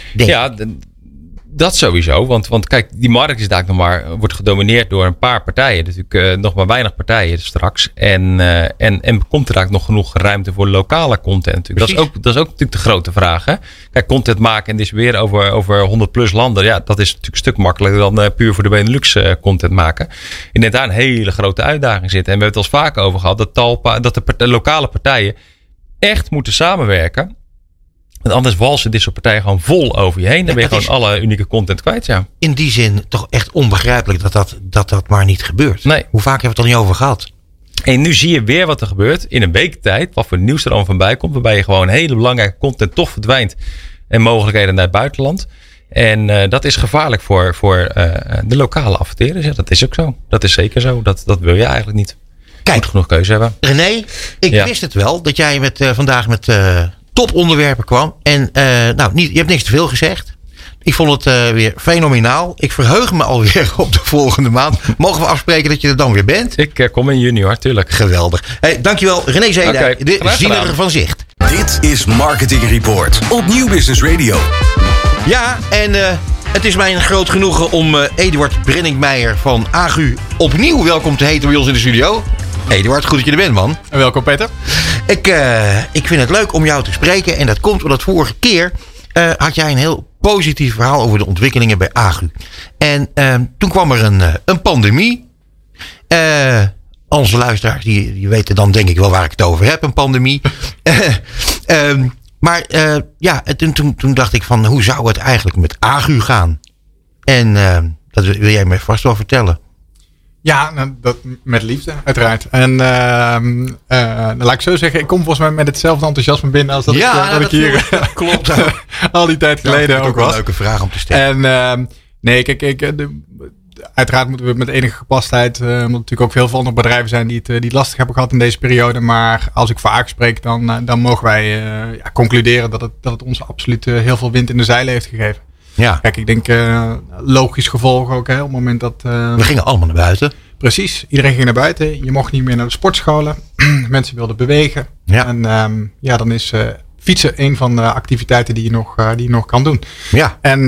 Dat sowieso. Want kijk, die markt is daar nog maar wordt gedomineerd door een paar partijen. Natuurlijk nog maar weinig partijen straks. En komt er eigenlijk nog genoeg ruimte voor lokale content natuurlijk. Dat is ook natuurlijk de grote vraag. Hè? Kijk, content maken en distribueren over 100 plus landen. Ja, dat is natuurlijk een stuk makkelijker dan puur voor de Benelux content maken. Ik denk daar een hele grote uitdaging zit. En we hebben het al eens vaak over gehad. Dat de lokale partijen echt moeten samenwerken. Want anders walsen dit soort partijen gewoon vol over je heen. Dan ben je gewoon alle unieke content kwijt. Ja. In die zin toch echt onbegrijpelijk dat maar niet gebeurt. Nee. Hoe vaak hebben we het al niet over gehad? En nu zie je weer wat er gebeurt. In een week tijd. Wat voor nieuws er dan van bij komt. Waarbij je gewoon hele belangrijke content toch verdwijnt. En mogelijkheden naar het buitenland. En dat is gevaarlijk voor de lokale adverteerders. Ja, dat is ook zo. Dat is zeker zo. Dat wil je eigenlijk niet. Kijk, moet genoeg keuze hebben. René, ik wist het wel. Dat jij vandaag met toponderwerpen kwam. En je hebt niks te veel gezegd. Ik vond het weer fenomenaal. Ik verheug me alweer op de volgende maand. Mogen we afspreken dat je er dan weer bent? Ik kom in juni hoor, tuurlijk. Geweldig. Hey, dankjewel René Zeedijk, de ziener van Zicht. Dit is Marketing Report op Nieuw Business Radio. Ja, en het is mij een groot genoegen om Eduard Brenningmeijer van Agu opnieuw welkom te heten bij ons in de studio. Eduard, goed dat je er bent, man. En welkom, Peter. Ik vind het leuk om jou te spreken. En dat komt omdat vorige keer had jij een heel positief verhaal over de ontwikkelingen bij Agu. En toen kwam er een pandemie. Onze luisteraars die weten dan denk ik wel waar ik het over heb, een pandemie. Maar toen dacht ik van hoe zou het eigenlijk met Agu gaan? En dat wil jij me vast wel vertellen. Ja, dat met liefde, uiteraard. En laat ik zo zeggen, ik kom volgens mij met hetzelfde enthousiasme binnen als dat ik hier klopt. al die tijd geleden ook was. Een leuke vraag om te stellen. En uiteraard moeten we met enige gepastheid, omdat er natuurlijk ook veel andere bedrijven zijn die het lastig hebben gehad in deze periode. Maar als ik voor Agu spreek, dan mogen wij concluderen dat het ons absoluut heel veel wind in de zeilen heeft gegeven. Ja. Kijk, ik denk logisch gevolg ook. Op het moment dat... we gingen allemaal naar buiten. Precies. Iedereen ging naar buiten. Je mocht niet meer naar de sportscholen. Mensen wilden bewegen. Ja. En dan is fietsen een van de activiteiten die je nog kan doen. Ja. En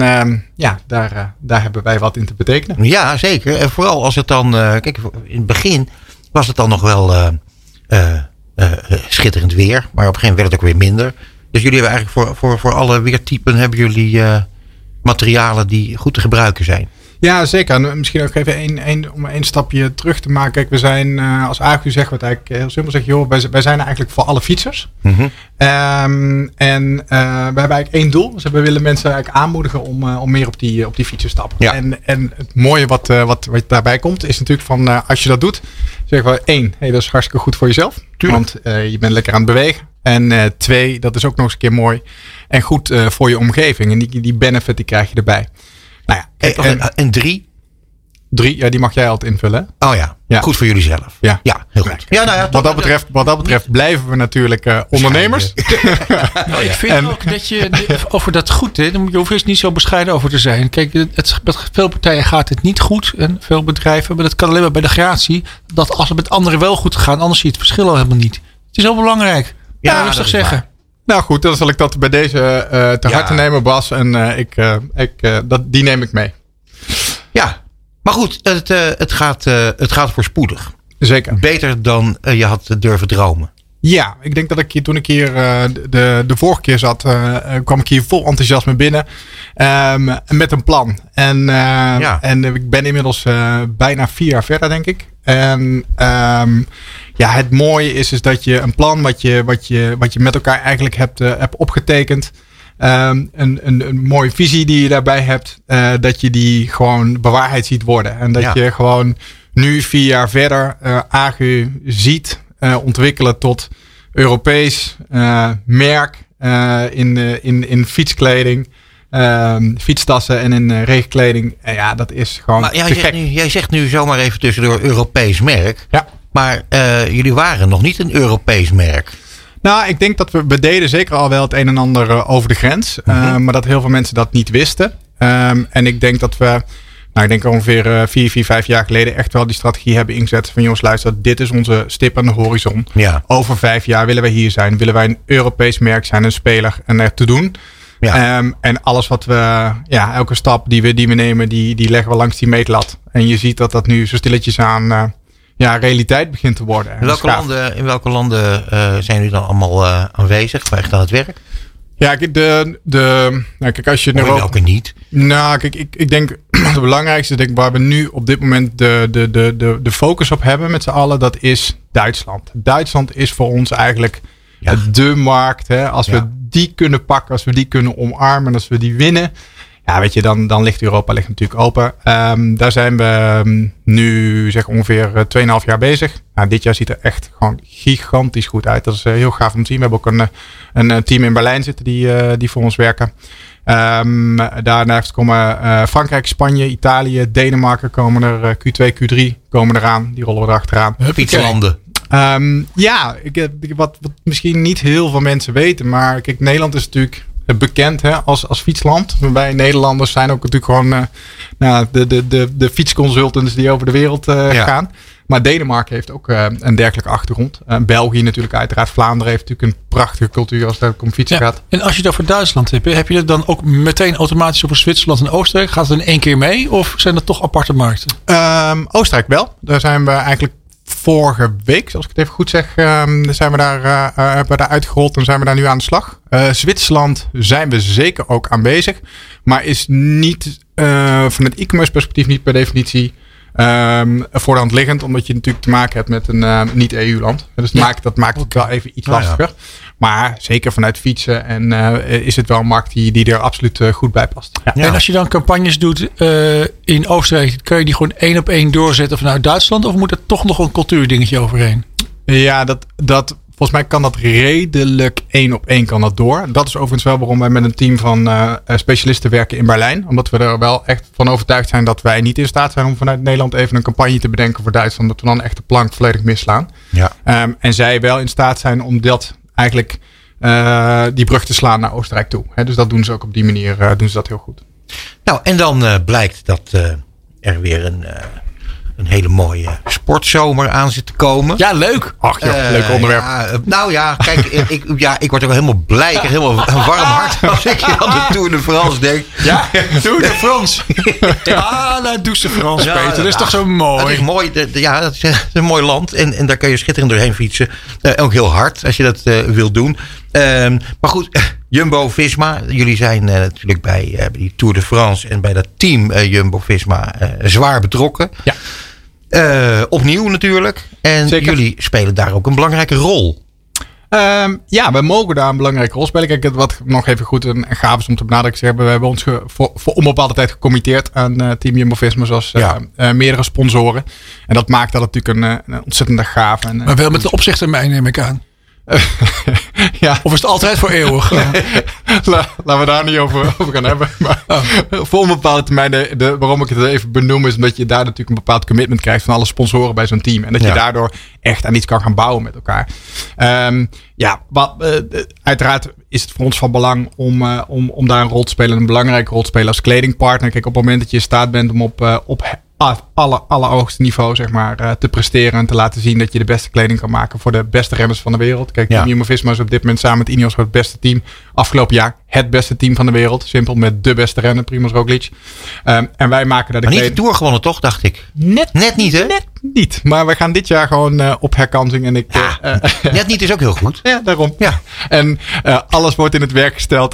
daar hebben wij wat in te betekenen. Ja, zeker. En vooral als het dan... kijk, in het begin was het dan nog wel schitterend weer. Maar op een gegeven moment werd het ook weer minder. Dus jullie hebben eigenlijk voor alle weertypen hebben jullie materialen die goed te gebruiken zijn. Ja, zeker. En misschien ook even om één stapje terug te maken. Kijk, we zijn als Agu zeggen we het eigenlijk heel simpel. Zeg je, wij zijn eigenlijk voor alle fietsers. Mm-hmm. We hebben eigenlijk één doel. Dus we willen mensen eigenlijk aanmoedigen om meer op die fiets te stappen. Ja. En het mooie wat daarbij komt is natuurlijk van als je dat doet. Zeggen we 1, dat is hartstikke goed voor jezelf. Tuurlijk. Want je bent lekker aan het bewegen. En 2, dat is ook nog eens een keer mooi. En goed voor je omgeving. En die benefit die krijg je erbij. Nou ja, en 3? 3, ja, die mag jij altijd invullen. Oh ja, goed voor jullie zelf. Ja, heel goed. Ja, nou ja, wat dat betreft blijven we natuurlijk ondernemers. Ik vind ook dat je over dat goed, hè, je hoeft eerst niet zo bescheiden over te zijn. Kijk, met veel partijen gaat het niet goed. En veel bedrijven, maar dat kan alleen maar bij de gratie. Dat als het met anderen wel goed gaat, anders zie je het verschil al helemaal niet. Het is heel belangrijk. Ja, rustig zeggen. Waar. Nou goed, dan zal ik dat bij deze te harte nemen, Bas. En die neem ik mee. Ja, maar goed, het gaat voorspoedig. Zeker. Beter dan je had durven dromen. Ja, ik denk dat toen ik hier de vorige keer zat, kwam ik hier vol enthousiasme binnen. Met een plan. En ik ben inmiddels bijna 4 jaar verder, denk ik. En het mooie is dat je een plan wat je met elkaar eigenlijk hebt opgetekend. Een mooie visie die je daarbij hebt. Dat je die gewoon bewaarheid ziet worden. En dat je gewoon nu 4 jaar verder Agu ziet ontwikkelen tot Europees merk in fietskleding. Fietstassen en in regenkleding. Ja, dat is gewoon maar jij zegt nu zomaar even tussendoor Europees merk. Ja. Maar jullie waren nog niet een Europees merk. Nou, ik denk dat we deden zeker al wel het een en ander over de grens. Mm-hmm. Maar dat heel veel mensen dat niet wisten. En ik denk dat we... ik denk ongeveer 4-5 jaar geleden echt wel die strategie hebben ingezet. Van jongens, luister, dit is onze stip aan de horizon. Ja. Over 5 jaar willen wij hier zijn. Willen wij een Europees merk zijn, een speler en er te doen. Ja. En alles wat we, elke stap die we nemen, die leggen we langs die meetlat. En je ziet dat nu zo stilletjes aan realiteit begint te worden. In welke landen zijn jullie dan allemaal aanwezig? Echt aan het werk? Ja, kijk, als je welke niet? Nou, kijk, ik denk het belangrijkste, denk waar we nu op dit moment de focus op hebben met z'n allen, dat is Duitsland. Duitsland is voor ons eigenlijk de markt. Hè? Als we die kunnen pakken, als we die kunnen omarmen, als we die winnen, ja, weet je, dan ligt Europa natuurlijk open. Daar zijn we nu ongeveer 2,5 jaar bezig. Nou, dit jaar ziet er echt gewoon gigantisch goed uit. Dat is heel gaaf om te zien. We hebben ook een team in Berlijn zitten die voor ons werken. Daarnaast komen Frankrijk, Spanje, Italië, Denemarken komen er. Q2, Q3 komen eraan. Die rollen we erachteraan. Fietslanden. Wat misschien niet heel veel mensen weten. Maar kijk, Nederland is natuurlijk bekend als fietsland. Wij Nederlanders zijn ook natuurlijk gewoon de fietsconsultants die over de wereld gaan. Maar Denemarken heeft ook een dergelijke achtergrond. België natuurlijk uiteraard. Vlaanderen heeft natuurlijk een prachtige cultuur als het om fietsen gaat. En als je het over Duitsland hebt, heb je dat dan ook meteen automatisch over Zwitserland en Oostenrijk? Gaat het in 1 keer mee? Of zijn dat toch aparte markten? Oostenrijk wel. Daar zijn we eigenlijk vorige week, als ik het even goed zeg, zijn we daar uitgerold en zijn we daar nu aan de slag. Zwitserland zijn we zeker ook aanwezig. Maar is niet van het e-commerce perspectief niet per definitie voor de hand liggend. Omdat je natuurlijk te maken hebt met een niet-EU-land. Dus dat maakt het wel even iets lastiger. Ja. Maar zeker vanuit fietsen is het wel een markt die er absoluut goed bij past. Ja. En als je dan campagnes doet in Oostenrijk, kun je die gewoon 1 op 1 doorzetten vanuit Duitsland? Of moet er toch nog een cultuurdingetje overheen? Ja, volgens mij kan dat redelijk 1 op 1 kan dat door. Dat is overigens wel waarom wij met een team van specialisten werken in Berlijn. Omdat we er wel echt van overtuigd zijn dat wij niet in staat zijn om vanuit Nederland even een campagne te bedenken voor Duitsland. Dat we dan echt de plank volledig misslaan. Ja. En zij wel in staat zijn om dat eigenlijk die brug te slaan naar Oostenrijk toe. Dus dat doen ze ook op die manier, doen ze dat heel goed. Nou, en dan blijkt dat er weer een hele mooie sportzomer aan zit te komen. Ja, leuk. Ach joh, leuk onderwerp. Kijk, ik word ook helemaal blij. Ik heb helemaal een warm hart als ik aan de Tour de France denk. Ja, Tour de France. La Douce France, Peter. Dat is toch zo mooi. Dat is mooi. Dat is een mooi land. En daar kun je schitterend doorheen fietsen. Ook heel hard, als je dat wil doen. Maar goed, Jumbo-Visma. Jullie zijn natuurlijk bij die Tour de France en bij dat team Jumbo-Visma zwaar betrokken. Ja. Opnieuw natuurlijk. En zeker. Jullie spelen daar ook een belangrijke rol. We mogen daar een belangrijke rol spelen. Kijk, wat nog even goed en gaaf is om te benadrukken. We hebben ons voor onbepaalde tijd gecommitteerd aan Team Jumbo-Visma. Zoals meerdere sponsoren. En dat maakt dat het natuurlijk een ontzettend gaaf. Maar wel met de opzichttermijn neem ik aan. Ja. Of is het altijd voor eeuwig? Laten we daar niet over gaan hebben. Maar voor een bepaalde termijn, waarom ik het even benoem, is omdat je daar natuurlijk een bepaald commitment krijgt van alle sponsoren bij zo'n team. En dat je daardoor echt aan iets kan gaan bouwen met elkaar. Uiteraard is het voor ons van belang om daar een rol te spelen. Een belangrijke rol te spelen als kledingpartner. Kijk, op het moment dat je in staat bent om op allerhoogste niveau zeg maar te presteren en te laten zien dat je de beste kleding kan maken voor de beste renners van de wereld. Kijk, Team Jumbo-Visma is op dit moment samen met Ineos het beste team. Afgelopen jaar het beste team van de wereld. Simpel met de beste renner, Primož Roglič. En wij maken daar de kleding. Niet de Tour gewonnen toch, dacht ik? Net niet, hè? Net niet. Maar we gaan dit jaar gewoon op herkansing. En net niet is ook heel goed. Ja, daarom. Ja. En alles wordt in het werk gesteld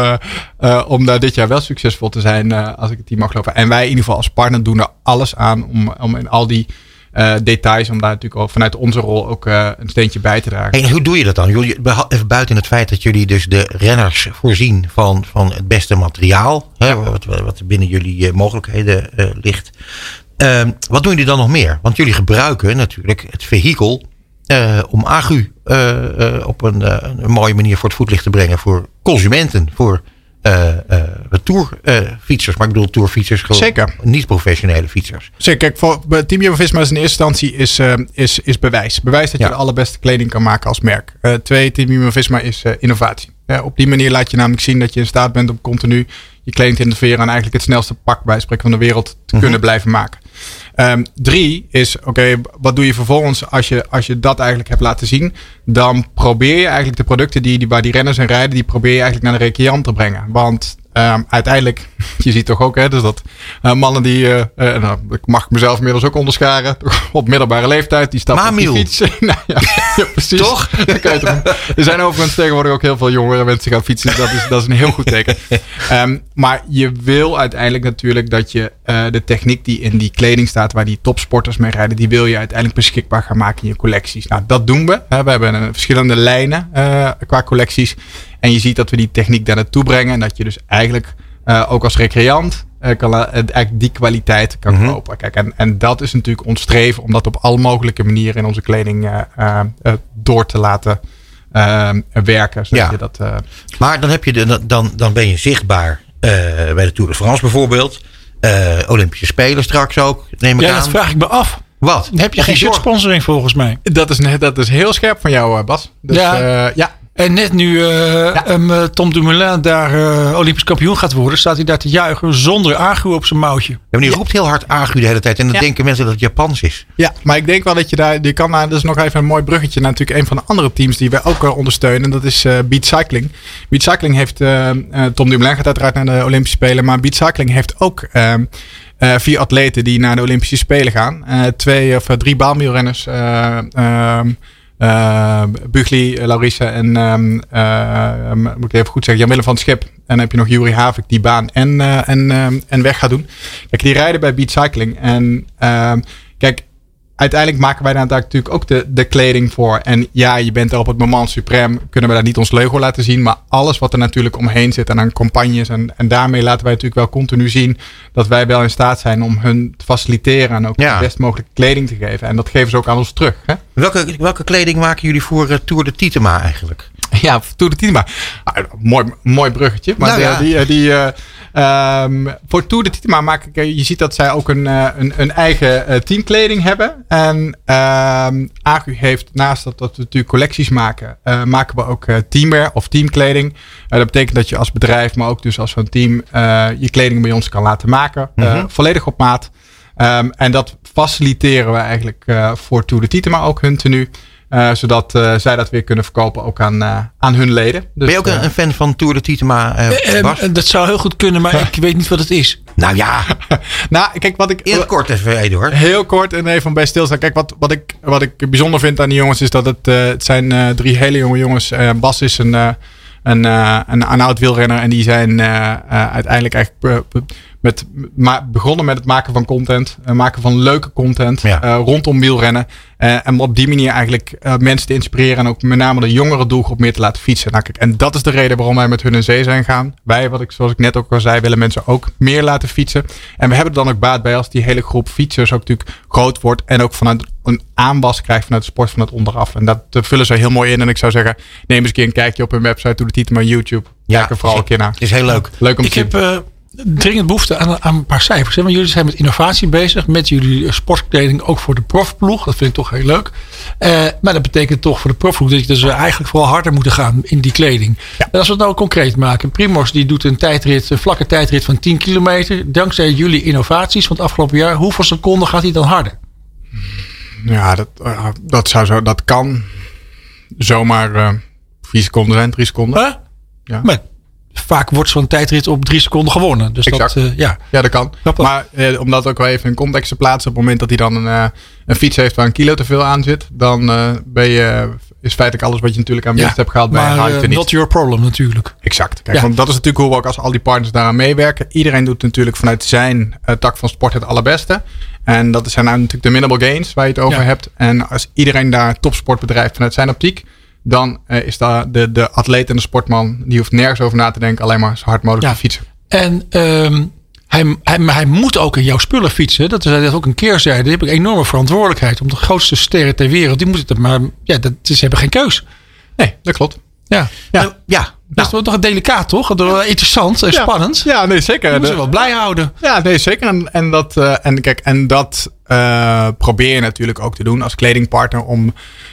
om daar dit jaar wel succesvol te zijn, als ik het team mag geloven. En wij in ieder geval als partner doen er alles aan om in al die details, om daar natuurlijk ook vanuit onze rol ook een steentje bij te dragen. En hoe doe je dat dan? Even buiten het feit dat jullie dus de renners voorzien van het beste materiaal, wat binnen jullie mogelijkheden ligt. Wat doen jullie dan nog meer? Want jullie gebruiken natuurlijk het vehikel om agu op een mooie manier voor het voetlicht te brengen voor consumenten, voor tourfietsers, maar ik bedoel tourfietsers gewoon. Zeker. Niet professionele fietsers. Zeker. Kijk, voor Team Jumbo-Visma is in eerste instantie is bewijs. Bewijs dat je de allerbeste kleding kan maken als merk. 2, Team Jumbo-Visma is innovatie. Op die manier laat je namelijk zien dat je in staat bent om continu je kleding te innoveren en eigenlijk het snelste pak bij spreken van de wereld te kunnen blijven maken. 3 is, wat doe je vervolgens als je dat eigenlijk hebt laten zien? Dan probeer je eigenlijk de producten waar die renners in rijden, die probeer je eigenlijk naar de recreant te brengen. Want uiteindelijk, je ziet toch ook, dus dat mannen die, ik mag mezelf inmiddels ook onderscharen, op middelbare leeftijd, die stappen op die fiets. Nou, ja, precies. Toch? Er zijn overigens tegenwoordig ook heel veel jongere mensen gaan fietsen. Dat is een heel goed teken. Maar je wil uiteindelijk natuurlijk dat je de techniek die in die kleding staat, waar die topsporters mee rijden, die wil je uiteindelijk beschikbaar gaan maken in je collecties. Nou, dat doen we. We hebben verschillende lijnen qua collecties. En je ziet dat we die techniek daar naartoe brengen. En dat je dus eigenlijk ook als recreant eigenlijk die kwaliteit kan kopen. Kijk, en dat is natuurlijk ons streven om dat op alle mogelijke manieren in onze kleding door te laten werken. Zodat je dat, maar dan, dan ben je zichtbaar bij de Tour de France bijvoorbeeld. Olympische Spelen straks ook, neem ik aan. Ja, dat vraag ik me af. Wat? Heb je geen shirtsponsoring volgens mij? Dat is heel scherp van jou, Bas. Dus, ja. En net nu Tom Dumoulin daar Olympisch kampioen gaat worden, staat hij daar te juichen zonder agu op zijn mouwtje. Ja, maar die roept heel hard agu de hele tijd. En dan denken mensen dat het Japans is. Ja, maar ik denk wel dat je kan dat is nog even een mooi bruggetje naar natuurlijk een van de andere teams die wij ook ondersteunen. En dat is Beat Cycling. Beat Cycling heeft, Tom Dumoulin gaat uiteraard naar de Olympische Spelen, maar Beat Cycling heeft ook 4 atleten die naar de Olympische Spelen gaan. 2 of 3 baanwielrenners. Bugli, Laurisse en moet ik even goed zeggen, Jan-Willem van het Schip. dan heb je nog Juri Havik die baan en weg gaat doen. Kijk, die rijden bij Beat Cycling. En kijk, uiteindelijk maken wij daar natuurlijk ook de kleding voor. En ja, je bent er op het moment suprême. Kunnen we daar niet ons logo laten zien. Maar alles wat er natuurlijk omheen zit. En aan campagnes. En daarmee laten wij natuurlijk wel continu zien. Dat wij wel in staat zijn om hun te faciliteren. En ook de best mogelijke kleding te geven. En dat geven ze ook aan ons terug. Hè? Welke kleding maken jullie voor Tour de Titema eigenlijk? Ja, Tour de Titema. Mooi bruggetje. Maar voor Tour de Titema maak ik... Je ziet dat zij ook een eigen teamkleding hebben. En Agu heeft, naast dat we natuurlijk collecties maken... maken we ook teamwear of teamkleding. Dat betekent dat je als bedrijf, maar ook dus als zo'n team... je kleding bij ons kan laten maken. Volledig op maat. En dat faciliteren we eigenlijk voor Tour de Titema ook hun tenue. Zodat zij dat weer kunnen verkopen ook aan hun leden. Dus, ben je ook een fan van Tour de Titema, Bas? Dat zou heel goed kunnen, maar ik weet niet wat het is. Nou ja. Kijk, wat ik... Heel kort even, Eduard. Heel kort en even bij stilstaan. Kijk, wat ik bijzonder vind aan die jongens is dat het zijn 3 hele jonge jongens. Bas is een oud wielrenner en die zijn uiteindelijk eigenlijk... begonnen met het maken van content. Maken van leuke content. Rondom wielrennen. En op die manier eigenlijk mensen te inspireren. En ook met name de jongere doelgroep meer te laten fietsen. Nou, kijk, en dat is de reden waarom wij met hun in zee zijn gaan. Wij, zoals ik net ook al zei, willen mensen ook meer laten fietsen. En we hebben er dan ook baat bij als die hele groep fietsers ook natuurlijk groot wordt. En ook vanuit een aanwas krijgt vanuit de sport vanuit onderaf. En dat vullen ze heel mooi in. En ik zou zeggen, neem eens een keer een kijkje op hun website. Doe de titel maar YouTube. Kijk er vooral een keer naar. Het is heel leuk. Leuk om te zien. Ik heb dringend behoefte aan een paar cijfers. Hè? Want jullie zijn met innovatie bezig. Met jullie sportkleding ook voor de profploeg. Dat vind ik toch heel leuk. Maar dat betekent toch voor de profploeg dat je dus eigenlijk vooral harder moeten gaan in die kleding. Ja. En als we het nou concreet maken. Primoz die doet een vlakke tijdrit van 10 kilometer. Dankzij jullie innovaties van het afgelopen jaar. Hoeveel seconden gaat hij dan harder? Ja, dat kan zomaar 4 seconden zijn, 3 seconden. Ja. Maar vaak wordt zo'n tijdrit op 3 seconden gewonnen. Dus exact. Ja, dat kan. Maar om dat ook wel even in context te plaatsen. Op het moment dat hij dan een fiets heeft waar een kilo te veel aan zit. Dan is feitelijk alles wat je natuurlijk aan winst hebt gehaald bij maar not your problem natuurlijk. Exact. Kijk, want dat is natuurlijk hoe we ook als al die partners daaraan meewerken. Iedereen doet natuurlijk vanuit zijn tak van sport het allerbeste. En dat zijn nou natuurlijk de minimal gains waar je het over hebt. En als iedereen daar topsport bedrijft vanuit zijn optiek. Dan is daar de atleet en de sportman. Die hoeft nergens over na te denken. Alleen maar zo hard mogelijk te fietsen. En hij moet ook in jouw spullen fietsen. Dat is ook een keerzijde. Die heb ik enorme verantwoordelijkheid. Om de grootste sterren ter wereld. Die moeten het maar. Ja, ze hebben geen keus. Nee, dat klopt. Ja. Dat is toch delicaat, toch? Interessant en spannend. Ja, nee, zeker. Je moet ze wel blij houden. Ja, nee, zeker. En dat probeer je natuurlijk ook te doen als kledingpartner om.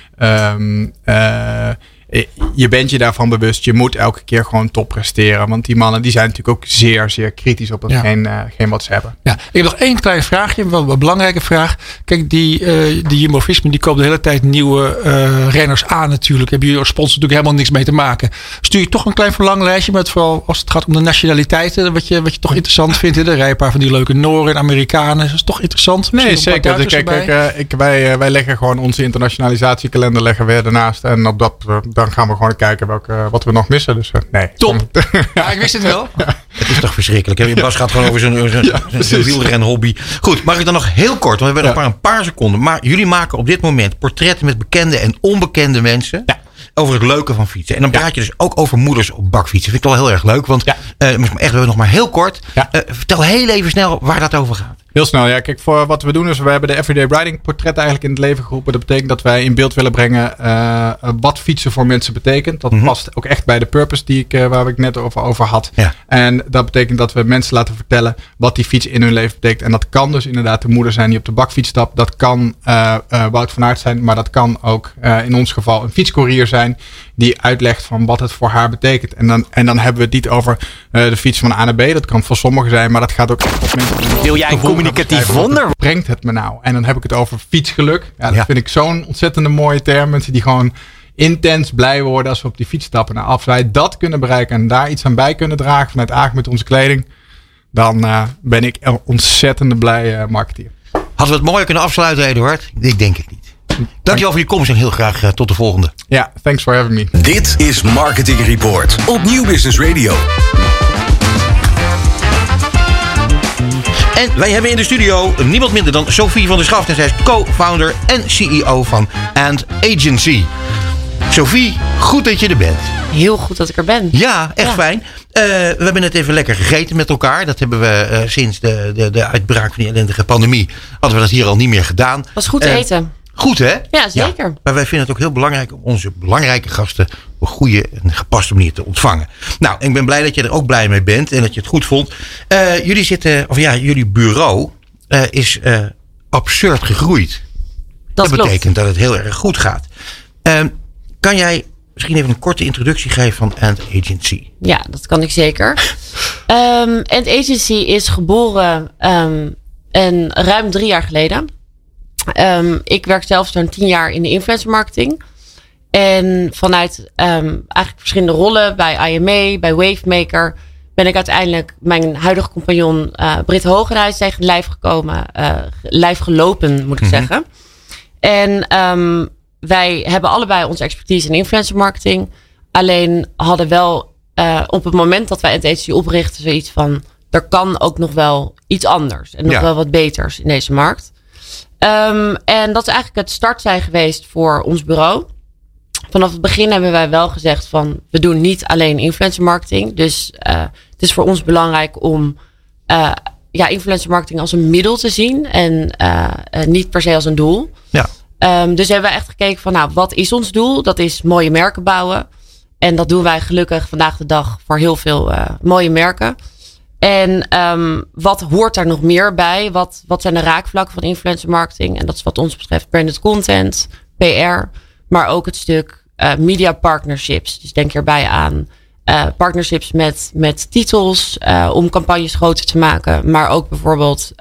Je bent je daarvan bewust. Je moet elke keer gewoon top presteren. Want die mannen die zijn natuurlijk ook zeer, zeer kritisch op hetgeen wat ze hebben. Ja, ik heb nog één klein vraagje. Wel een belangrijke vraag. Kijk, die Jumbo-Visma die koopt de hele tijd nieuwe renners aan natuurlijk. Hebben jullie als sponsor natuurlijk helemaal niks mee te maken. Stuur je toch een klein verlanglijstje met vooral als het gaat om de nationaliteiten. Wat je toch interessant vindt. Er rijden een paar van die leuke Noren en Amerikanen. Dat is toch interessant? Nee, zeker. Kijk, wij leggen gewoon onze internationalisatiekalender leggen we ernaast. En op dan gaan we gewoon kijken wat we nog missen. Dus nee. Top. Ja, ik wist het wel. Ja. Het is toch verschrikkelijk. Hè? Bas gaat gewoon over zijn wielrenhobby. Goed, mag ik dan nog heel kort, want we hebben nog maar een paar seconden. Maar jullie maken op dit moment portretten met bekende en onbekende mensen. Ja. Over het leuke van fietsen. En dan praat je dus ook over moeders op bakfietsen. Vind ik wel heel erg leuk. Want we hebben nog maar heel kort. Vertel heel even snel waar dat over gaat. Heel snel, ja. Kijk, voor wat we doen is, we hebben de Everyday Riding portret eigenlijk in het leven geroepen. Dat betekent dat wij in beeld willen brengen wat fietsen voor mensen betekent. Dat past ook echt bij de purpose waar ik net over had. Ja. En dat betekent dat we mensen laten vertellen wat die fiets in hun leven betekent. En dat kan dus inderdaad de moeder zijn die op de bakfiets stapt. Dat kan Wout van Aert zijn, maar dat kan ook in ons geval een fietscourier zijn. Die uitlegt van wat het voor haar betekent. En dan hebben we het niet over de fiets van A naar B. Dat kan voor sommigen zijn, maar dat gaat ook echt op mensen. Wil jij een communicatief wonder? Wat brengt het me nou? En dan heb ik het over fietsgeluk. Ja, dat vind ik zo'n ontzettende mooie term. Mensen die gewoon intens blij worden als we op die fiets stappen. Nou, als wij dat kunnen bereiken en daar iets aan bij kunnen dragen vanuit Aag met onze kleding. Dan ben ik een ontzettende blij marketeer. Hadden we het mooier kunnen afsluiten, Eduard? Ik denk het niet. Dankjewel voor je komst en heel graag tot de volgende. Ja, thanks for having me. Dit is Marketing Report op Nieuw Business Radio. En wij hebben in de studio niemand minder dan Sophie van der Schaft. En zij is co-founder en CEO van And Agency. Sophie, goed dat je er bent. Heel goed dat ik er ben. Ja, echt fijn. We hebben net even lekker gegeten met elkaar. Dat hebben we sinds de uitbraak van die ellendige pandemie. Hadden we dat hier al niet meer gedaan. Was goed eten. Goed, hè? Ja, zeker. Ja, maar wij vinden het ook heel belangrijk om onze belangrijke gasten op een goede en gepaste manier te ontvangen. Nou, ik ben blij dat je er ook blij mee bent en dat je het goed vond. Jullie bureau is absurd gegroeid. Dat betekent dat het heel erg goed gaat. Kan jij misschien even een korte introductie geven van And Agency? Ja, dat kan ik zeker. And Agency is geboren ruim 3 jaar geleden. Ik werk zelf zo'n 10 jaar in de influencer marketing. En vanuit eigenlijk verschillende rollen bij IMA, bij Wavemaker, ben ik uiteindelijk mijn huidige compagnon Britt Hogenhuis tegen lijf gelopen, moet ik zeggen. En wij hebben allebei onze expertise in influencer marketing. Alleen hadden wel op het moment dat wij And Agency oprichten zoiets van, er kan ook nog wel iets anders en nog wel wat beters in deze markt. En dat is eigenlijk het start zijn geweest voor ons bureau. Vanaf het begin hebben wij wel gezegd van, we doen niet alleen influencer marketing. Dus het is voor ons belangrijk om influencer marketing als een middel te zien en niet per se als een doel. Ja. Dus hebben we echt gekeken van, wat is ons doel? Dat is mooie merken bouwen. En dat doen wij gelukkig vandaag de dag voor heel veel mooie merken. En wat hoort daar nog meer bij? Wat zijn de raakvlakken van influencer marketing? En dat is wat ons betreft branded content, PR, maar ook het stuk media partnerships. Dus denk hierbij aan partnerships met titels om campagnes groter te maken. Maar ook bijvoorbeeld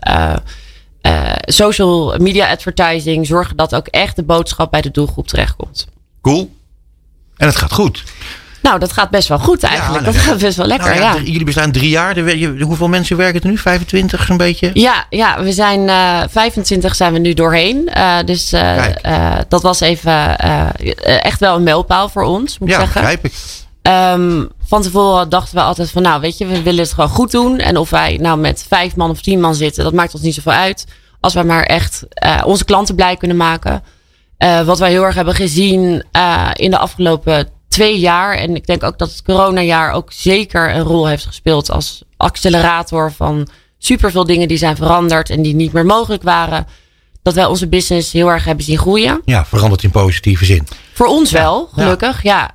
social media advertising. Zorgen dat ook echt de boodschap bij de doelgroep terechtkomt. Cool. En het gaat goed. Nou, dat gaat best wel goed eigenlijk. Dat gaat best wel lekker, Jullie bestaan 3 jaar. Hoeveel mensen werken er nu? 25 zo'n beetje? Ja, we zijn 25 zijn we nu doorheen. Dus dat was even echt wel een mijlpaal voor ons, moet ik zeggen. Ja, begrijp ik. Van tevoren dachten we altijd van, we willen het gewoon goed doen. En of wij nou met 5 man of 10 man zitten, dat maakt ons niet zoveel uit. Als wij maar echt onze klanten blij kunnen maken. Wat wij heel erg hebben gezien in de afgelopen 2 jaar. En ik denk ook dat het coronajaar ook zeker een rol heeft gespeeld als accelerator van superveel dingen die zijn veranderd en die niet meer mogelijk waren. Dat wij onze business heel erg hebben zien groeien. Ja, veranderd in positieve zin. Voor ons wel, gelukkig. Ja.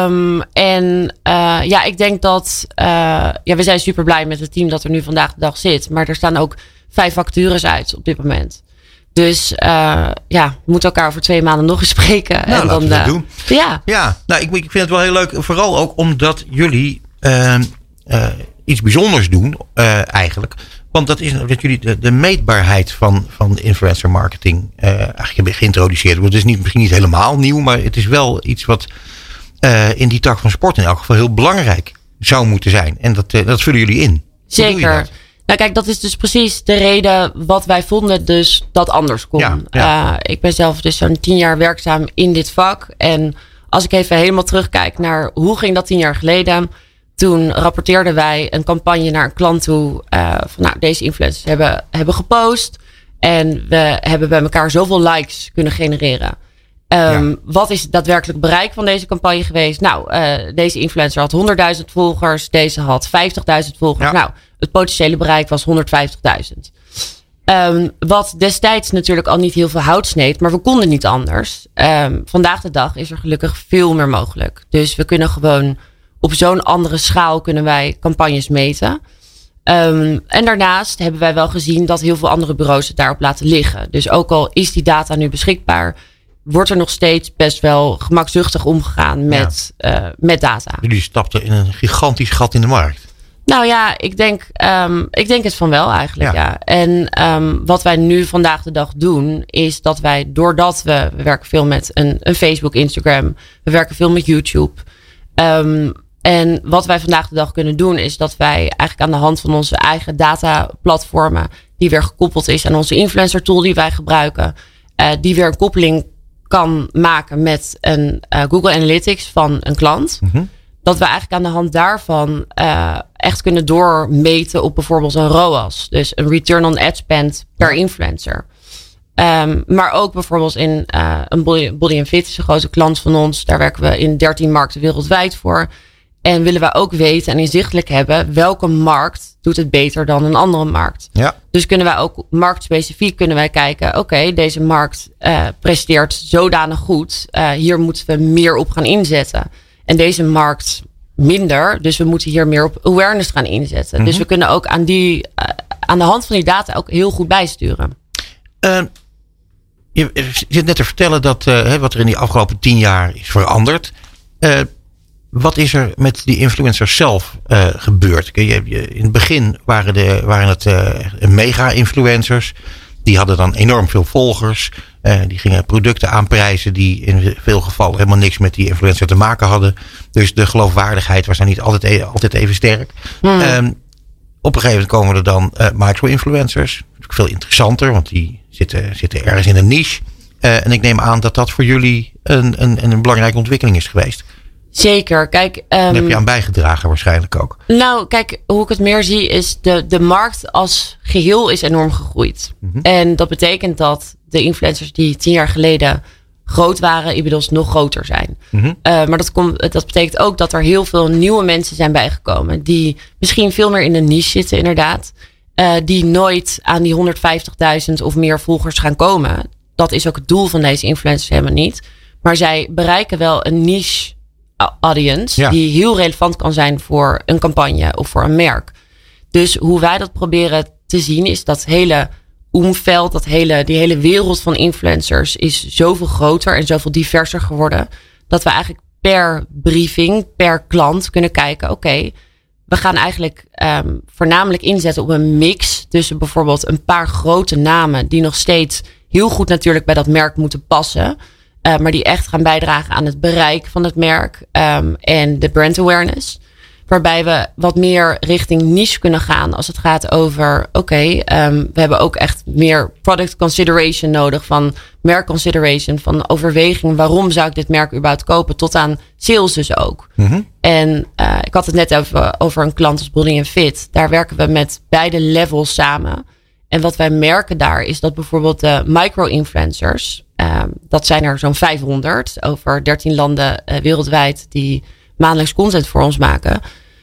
Ik denk dat we zijn super blij met het team dat er nu vandaag de dag zit. Maar er staan ook 5 vacatures uit op dit moment. Dus we moeten elkaar over 2 maanden nog eens spreken. Nou, en dan dat doen. Ja. Nou, ik vind het wel heel leuk. Vooral ook omdat jullie iets bijzonders doen eigenlijk. Want dat is dat jullie de meetbaarheid van de influencer marketing eigenlijk hebben geïntroduceerd. Want het is misschien niet helemaal nieuw, maar het is wel iets wat in die tak van sport in elk geval heel belangrijk zou moeten zijn. En dat vullen jullie in. Zeker. Nou kijk, dat is dus precies de reden wat wij vonden dus dat anders kon. Ja. Ik ben zelf dus zo'n 10 jaar werkzaam in dit vak. En als ik even helemaal terugkijk naar hoe ging dat 10 jaar geleden. Toen rapporteerden wij een campagne naar een klant toe. Van deze influencers hebben gepost. En we hebben bij elkaar zoveel likes kunnen genereren. Wat is het daadwerkelijk bereik van deze campagne geweest? Nou, deze influencer had 100.000 volgers. Deze had 50.000 volgers. Ja. Nou, het potentiële bereik was 150.000. Wat destijds natuurlijk al niet heel veel hout sneed. Maar we konden niet anders. Vandaag de dag is er gelukkig veel meer mogelijk. Dus we kunnen gewoon op zo'n andere schaal kunnen wij campagnes meten. En daarnaast hebben wij wel gezien dat heel veel andere bureaus het daarop laten liggen. Dus ook al is die data nu beschikbaar, wordt er nog steeds best wel gemakzuchtig omgegaan met data. Jullie stapten in een gigantisch gat in de markt. Nou ja, ik denk het van wel eigenlijk. Ja. En wat wij nu vandaag de dag doen, is dat wij, doordat we werken veel met een Facebook, Instagram, we werken veel met YouTube. En wat wij vandaag de dag kunnen doen, is dat wij eigenlijk aan de hand van onze eigen dataplatformen, die weer gekoppeld is aan onze influencer tool die wij gebruiken, die weer een koppeling kan maken met een Google Analytics van een klant. Mm-hmm. dat we eigenlijk aan de hand daarvan echt kunnen doormeten op bijvoorbeeld een ROAS. Dus een return on ad spend per influencer. Maar ook bijvoorbeeld in een Body & Fit is een grote klant van ons. Daar werken we in 13 markten wereldwijd voor. En willen we ook weten en inzichtelijk hebben welke markt doet het beter dan een andere markt. Ja. Dus kunnen wij ook marktspecifiek kijken. Oké, deze markt presteert zodanig goed. Hier moeten we meer op gaan inzetten. En deze markt minder. Dus we moeten hier meer op awareness gaan inzetten. Mm-hmm. Dus we kunnen ook aan de hand van die data ook heel goed bijsturen. Je zit net te vertellen dat wat er in die afgelopen 10 jaar is veranderd. Wat is er met die influencers zelf gebeurd? In het begin waren het mega-influencers. Die hadden dan enorm veel volgers. Die gingen producten aanprijzen die in veel gevallen helemaal niks met die influencer te maken hadden. Dus de geloofwaardigheid was dan niet altijd even sterk. Op een gegeven moment komen er dan micro-influencers. Veel interessanter, want die zitten ergens in een niche. En ik neem aan dat voor jullie een belangrijke ontwikkeling is geweest. Zeker. Kijk, daar heb je aan bijgedragen waarschijnlijk ook. Nou, kijk, hoe ik het meer zie is de markt als geheel is enorm gegroeid. Mm-hmm. En dat betekent dat de influencers die 10 jaar geleden groot waren, inmiddels nog groter zijn. Mm-hmm. Maar dat betekent ook dat er heel veel nieuwe mensen zijn bijgekomen. Die misschien veel meer in een niche zitten inderdaad. Die nooit aan die 150.000 of meer volgers gaan komen. Dat is ook het doel van deze influencers helemaal niet. Maar zij bereiken wel een niche audience die heel relevant kan zijn voor een campagne of voor een merk. Dus hoe wij dat proberen te zien is dat hele omveld, die hele wereld van influencers is zoveel groter en zoveel diverser geworden, dat we eigenlijk per briefing, per klant kunnen kijken, oké, we gaan eigenlijk voornamelijk inzetten op een mix tussen bijvoorbeeld een paar grote namen die nog steeds heel goed natuurlijk bij dat merk moeten passen. Maar die echt gaan bijdragen aan het bereik van het merk en de brand awareness. Waarbij we wat meer richting niche kunnen gaan als het gaat over we hebben ook echt meer product consideration nodig, van merk consideration, van overweging, waarom zou ik dit merk überhaupt kopen, tot aan sales dus ook. Mm-hmm. En ik had het net over een klant als Body & Fit. Daar werken we met beide levels samen. En wat wij merken daar is dat bijvoorbeeld de micro-influencers, dat zijn er zo'n 500 over 13 landen wereldwijd die maandelijks content voor ons maken.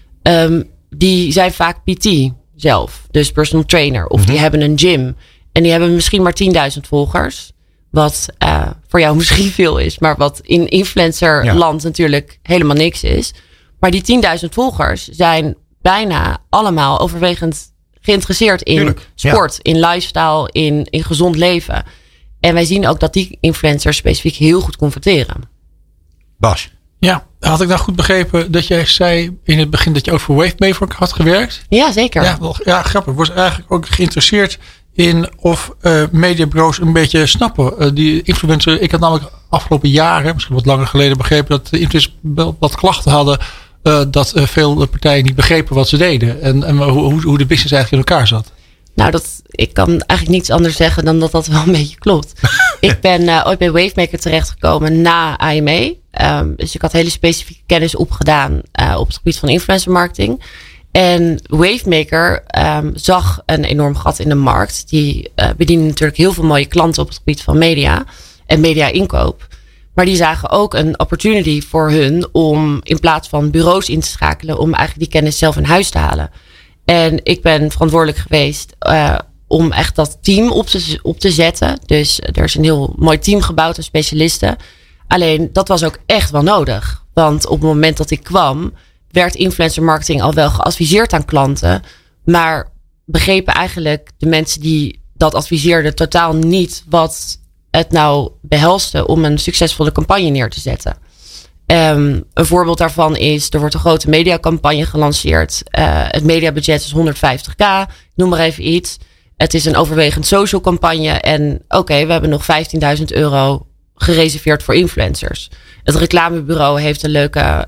Die zijn vaak PT zelf, dus personal trainer. Of die hebben een gym. En die hebben misschien maar 10.000 volgers. Wat voor jou misschien veel is, maar wat in influencerland natuurlijk helemaal niks is. Maar die 10.000 volgers zijn bijna allemaal overwegend geïnteresseerd in sport, in lifestyle, in gezond leven. En wij zien ook dat die influencers specifiek heel goed converteren. Bas. Ja, had ik nou goed begrepen dat jij zei in het begin dat je ook voor Wavemaker had gewerkt? Ja, zeker. Ja, grappig. Ik was eigenlijk ook geïnteresseerd in of mediabureaus een beetje snappen. Die influencer, ik had namelijk afgelopen jaren, misschien wat langer geleden, begrepen dat de influencers wat klachten hadden. Dat veel partijen niet begrepen wat ze deden. En hoe de business eigenlijk in elkaar zat. Nou, ik kan eigenlijk niets anders zeggen dan dat wel een beetje klopt. Ik ben ooit bij Wavemaker terechtgekomen na AME. Dus ik had hele specifieke kennis opgedaan op het gebied van influencer marketing. En Wavemaker zag een enorm gat in de markt. Die bedienen natuurlijk heel veel mooie klanten op het gebied van media en media-inkoop. Maar die zagen ook een opportunity voor hun om in plaats van bureaus in te schakelen, om eigenlijk die kennis zelf in huis te halen. En ik ben verantwoordelijk geweest om echt dat team op te zetten. Dus er is een heel mooi team gebouwd aan specialisten. Alleen dat was ook echt wel nodig. Want op het moment dat ik kwam, werd influencer marketing al wel geadviseerd aan klanten. Maar begrepen eigenlijk de mensen die dat adviseerden totaal niet wat het nou behelste om een succesvolle campagne neer te zetten. Een voorbeeld daarvan is, er wordt een grote mediacampagne gelanceerd. Het mediabudget is 150.000, noem maar even iets. Het is een overwegend social campagne. En we hebben nog €15.000 gereserveerd voor influencers. Het reclamebureau heeft een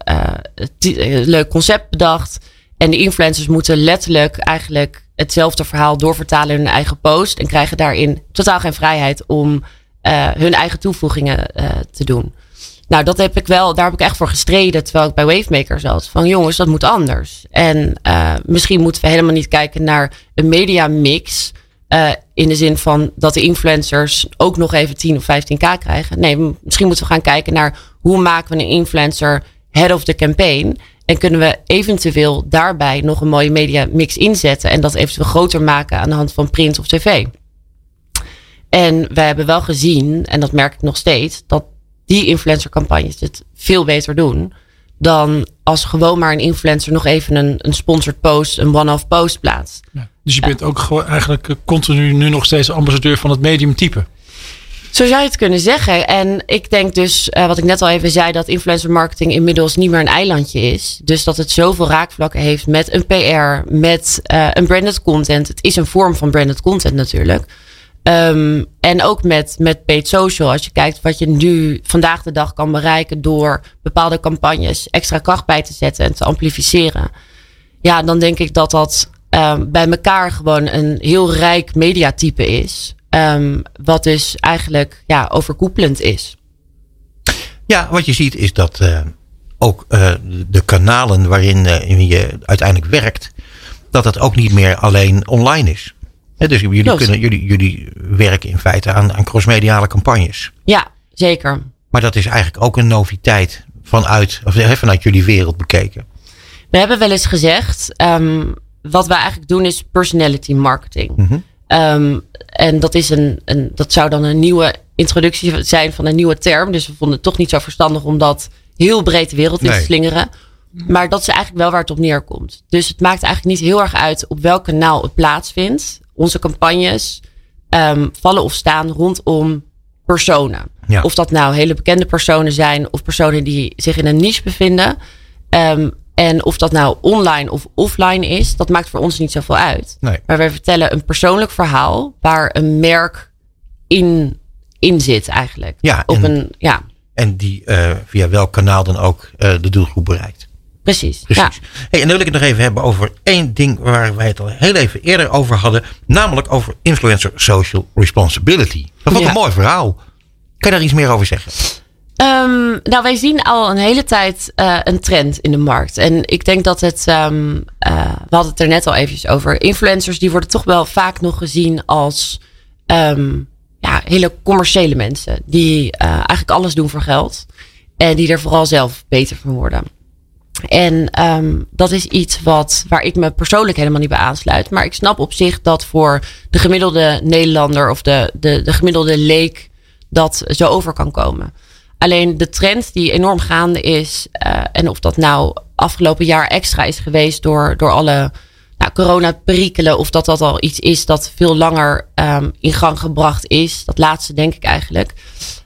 leuk concept bedacht. En de influencers moeten letterlijk eigenlijk hetzelfde verhaal doorvertalen in hun eigen post. En krijgen daarin totaal geen vrijheid om hun eigen toevoegingen te doen. Nou, daar heb ik echt voor gestreden terwijl ik bij Wavemaker zat. Van jongens, dat moet anders. En misschien moeten we helemaal niet kijken naar een mediamix. In de zin van dat de influencers ook nog even 10 of 15k krijgen. Nee, misschien moeten we gaan kijken naar hoe maken we een influencer head of the campaign. En kunnen we eventueel daarbij nog een mooie mediamix inzetten. En dat eventueel groter maken aan de hand van print of tv. En wij hebben wel gezien, en dat merk ik nog steeds, dat die influencercampagnes het veel beter doen dan als gewoon maar een influencer nog even een sponsored post, een one-off post plaatst. Ja, dus je bent ook gewoon eigenlijk continu nu nog steeds ambassadeur van het medium type. Zo zou je het kunnen zeggen. En ik denk dus, wat ik net al even zei, dat influencer marketing inmiddels niet meer een eilandje is. Dus dat het zoveel raakvlakken heeft met een PR, met een branded content. Het is een vorm van branded content natuurlijk. En ook met paid social. Als je kijkt wat je nu vandaag de dag kan bereiken door bepaalde campagnes extra kracht bij te zetten en te amplificeren. Ja, dan denk ik dat bij elkaar gewoon een heel rijk mediatype is. Wat dus eigenlijk overkoepelend is. Ja, wat je ziet is dat ook de kanalen waarin je uiteindelijk werkt, dat het ook niet meer alleen online is. Dus jullie werken in feite aan crossmediale campagnes. Ja, zeker. Maar dat is eigenlijk ook een noviteit vanuit jullie wereld bekeken. We hebben wel eens gezegd, wat wij eigenlijk doen is personality marketing. Mm-hmm. En dat is dat zou dan een nieuwe introductie zijn van een nieuwe term. Dus we vonden het toch niet zo verstandig om dat heel breed de wereld in te slingeren. Maar dat is eigenlijk wel waar het op neerkomt. Dus het maakt eigenlijk niet heel erg uit op welk kanaal het plaatsvindt. Onze campagnes vallen of staan rondom personen. Ja. Of dat nou hele bekende personen zijn of personen die zich in een niche bevinden. En of dat nou online of offline is, dat maakt voor ons niet zoveel uit. Nee. Maar wij vertellen een persoonlijk verhaal waar een merk in zit eigenlijk. Ja, en die via welk kanaal dan ook de doelgroep bereikt. Precies. Ja. Hey, en dan wil ik het nog even hebben over één ding waar wij het al heel even eerder over hadden. Namelijk over influencer social responsibility. Dat was een mooi verhaal. Kan je daar iets meer over zeggen? Nou, wij zien al een hele tijd een trend in de markt. En ik denk dat we hadden het er net al eventjes over. Influencers die worden toch wel vaak nog gezien als hele commerciële mensen. Die eigenlijk alles doen voor geld. En die er vooral zelf beter van worden. En dat is iets waar ik me persoonlijk helemaal niet bij aansluit. Maar ik snap op zich dat voor de gemiddelde Nederlander of de gemiddelde leek dat zo over kan komen. Alleen de trend die enorm gaande is, en of dat nou afgelopen jaar extra is geweest door alle corona-perikelen, of dat al iets is dat veel langer in gang gebracht is. Dat laatste denk ik eigenlijk.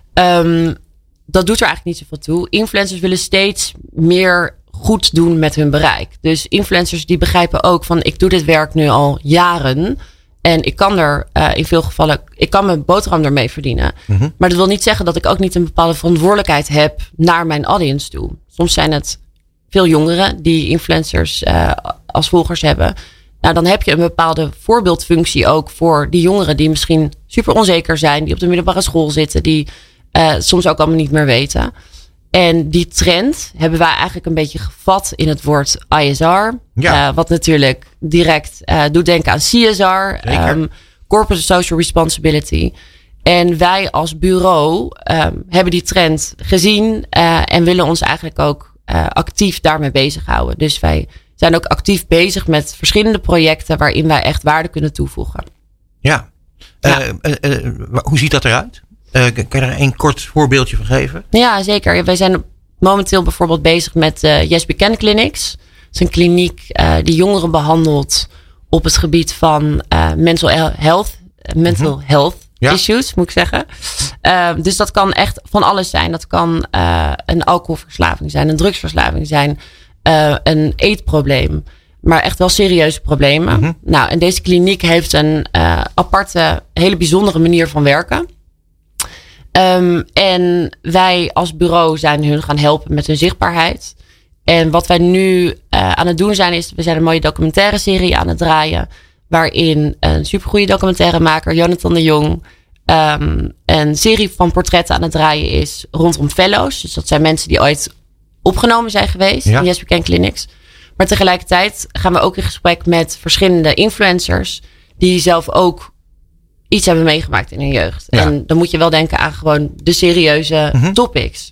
Dat doet er eigenlijk niet zoveel toe. Influencers willen steeds meer goed doen met hun bereik. Dus influencers die begrijpen ook van ik doe dit werk nu al jaren. En ik kan er in veel gevallen, ik kan mijn boterham ermee verdienen. Mm-hmm. Maar dat wil niet zeggen dat ik ook niet een bepaalde verantwoordelijkheid heb naar mijn audience toe. Soms zijn het veel jongeren die influencers als volgers hebben. Nou, dan heb je een bepaalde voorbeeldfunctie ook voor die jongeren die misschien super onzeker zijn, die op de middelbare school zitten, die soms ook allemaal niet meer weten. En die trend hebben wij eigenlijk een beetje gevat in het woord ISR. Ja. Wat natuurlijk direct doet denken aan CSR. Corporate Social Responsibility. En wij als bureau hebben die trend gezien. En willen ons eigenlijk ook actief daarmee bezighouden. Dus wij zijn ook actief bezig met verschillende projecten waarin wij echt waarde kunnen toevoegen. Ja. Hoe ziet dat eruit? Kan je er een kort voorbeeldje van geven? Ja, zeker. Wij zijn momenteel bijvoorbeeld bezig met Yes We Can Clinics. Dat is een kliniek die jongeren behandelt op het gebied van mental health issues, moet ik zeggen. Dus dat kan echt van alles zijn. Dat kan een alcoholverslaving zijn, een drugsverslaving zijn, een eetprobleem. Maar echt wel serieuze problemen. Mm-hmm. Nou, en deze kliniek heeft een aparte, hele bijzondere manier van werken. En wij als bureau zijn hun gaan helpen met hun zichtbaarheid. En wat wij nu aan het doen zijn, is we zijn een mooie documentaire serie aan het draaien. Waarin een supergoeie documentairemaker, Jonathan de Jong, een serie van portretten aan het draaien is rondom fellows. Dus dat zijn mensen die ooit opgenomen zijn geweest in Yes We Can Clinics. Maar tegelijkertijd gaan we ook in gesprek met verschillende influencers die zelf ook iets hebben meegemaakt in hun jeugd. Ja. En dan moet je wel denken aan gewoon de serieuze topics.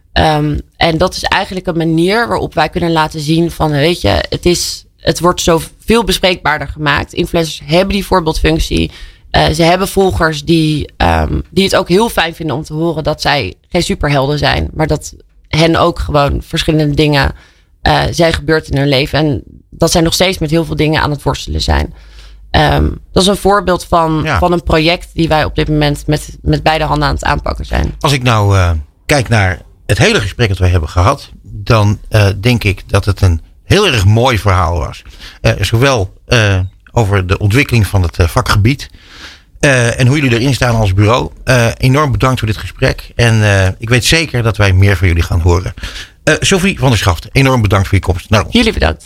En dat is eigenlijk een manier waarop wij kunnen laten zien van, weet je, het wordt zo veel bespreekbaarder gemaakt. Influencers hebben die voorbeeldfunctie. Ze hebben volgers die het ook heel fijn vinden om te horen dat zij geen superhelden zijn. Maar dat hen ook gewoon verschillende dingen zijn gebeurd in hun leven. En dat zij nog steeds met heel veel dingen aan het worstelen zijn. Dat is een voorbeeld van een project die wij op dit moment met beide handen aan het aanpakken zijn. Als ik nou kijk naar het hele gesprek dat we hebben gehad, dan denk ik dat het een heel erg mooi verhaal was. Zowel over de ontwikkeling van het vakgebied en hoe jullie erin staan als bureau. Enorm bedankt voor dit gesprek. En ik weet zeker dat wij meer van jullie gaan horen. Sophie van der Schaft, enorm bedankt voor je komst naar ons. Jullie bedankt.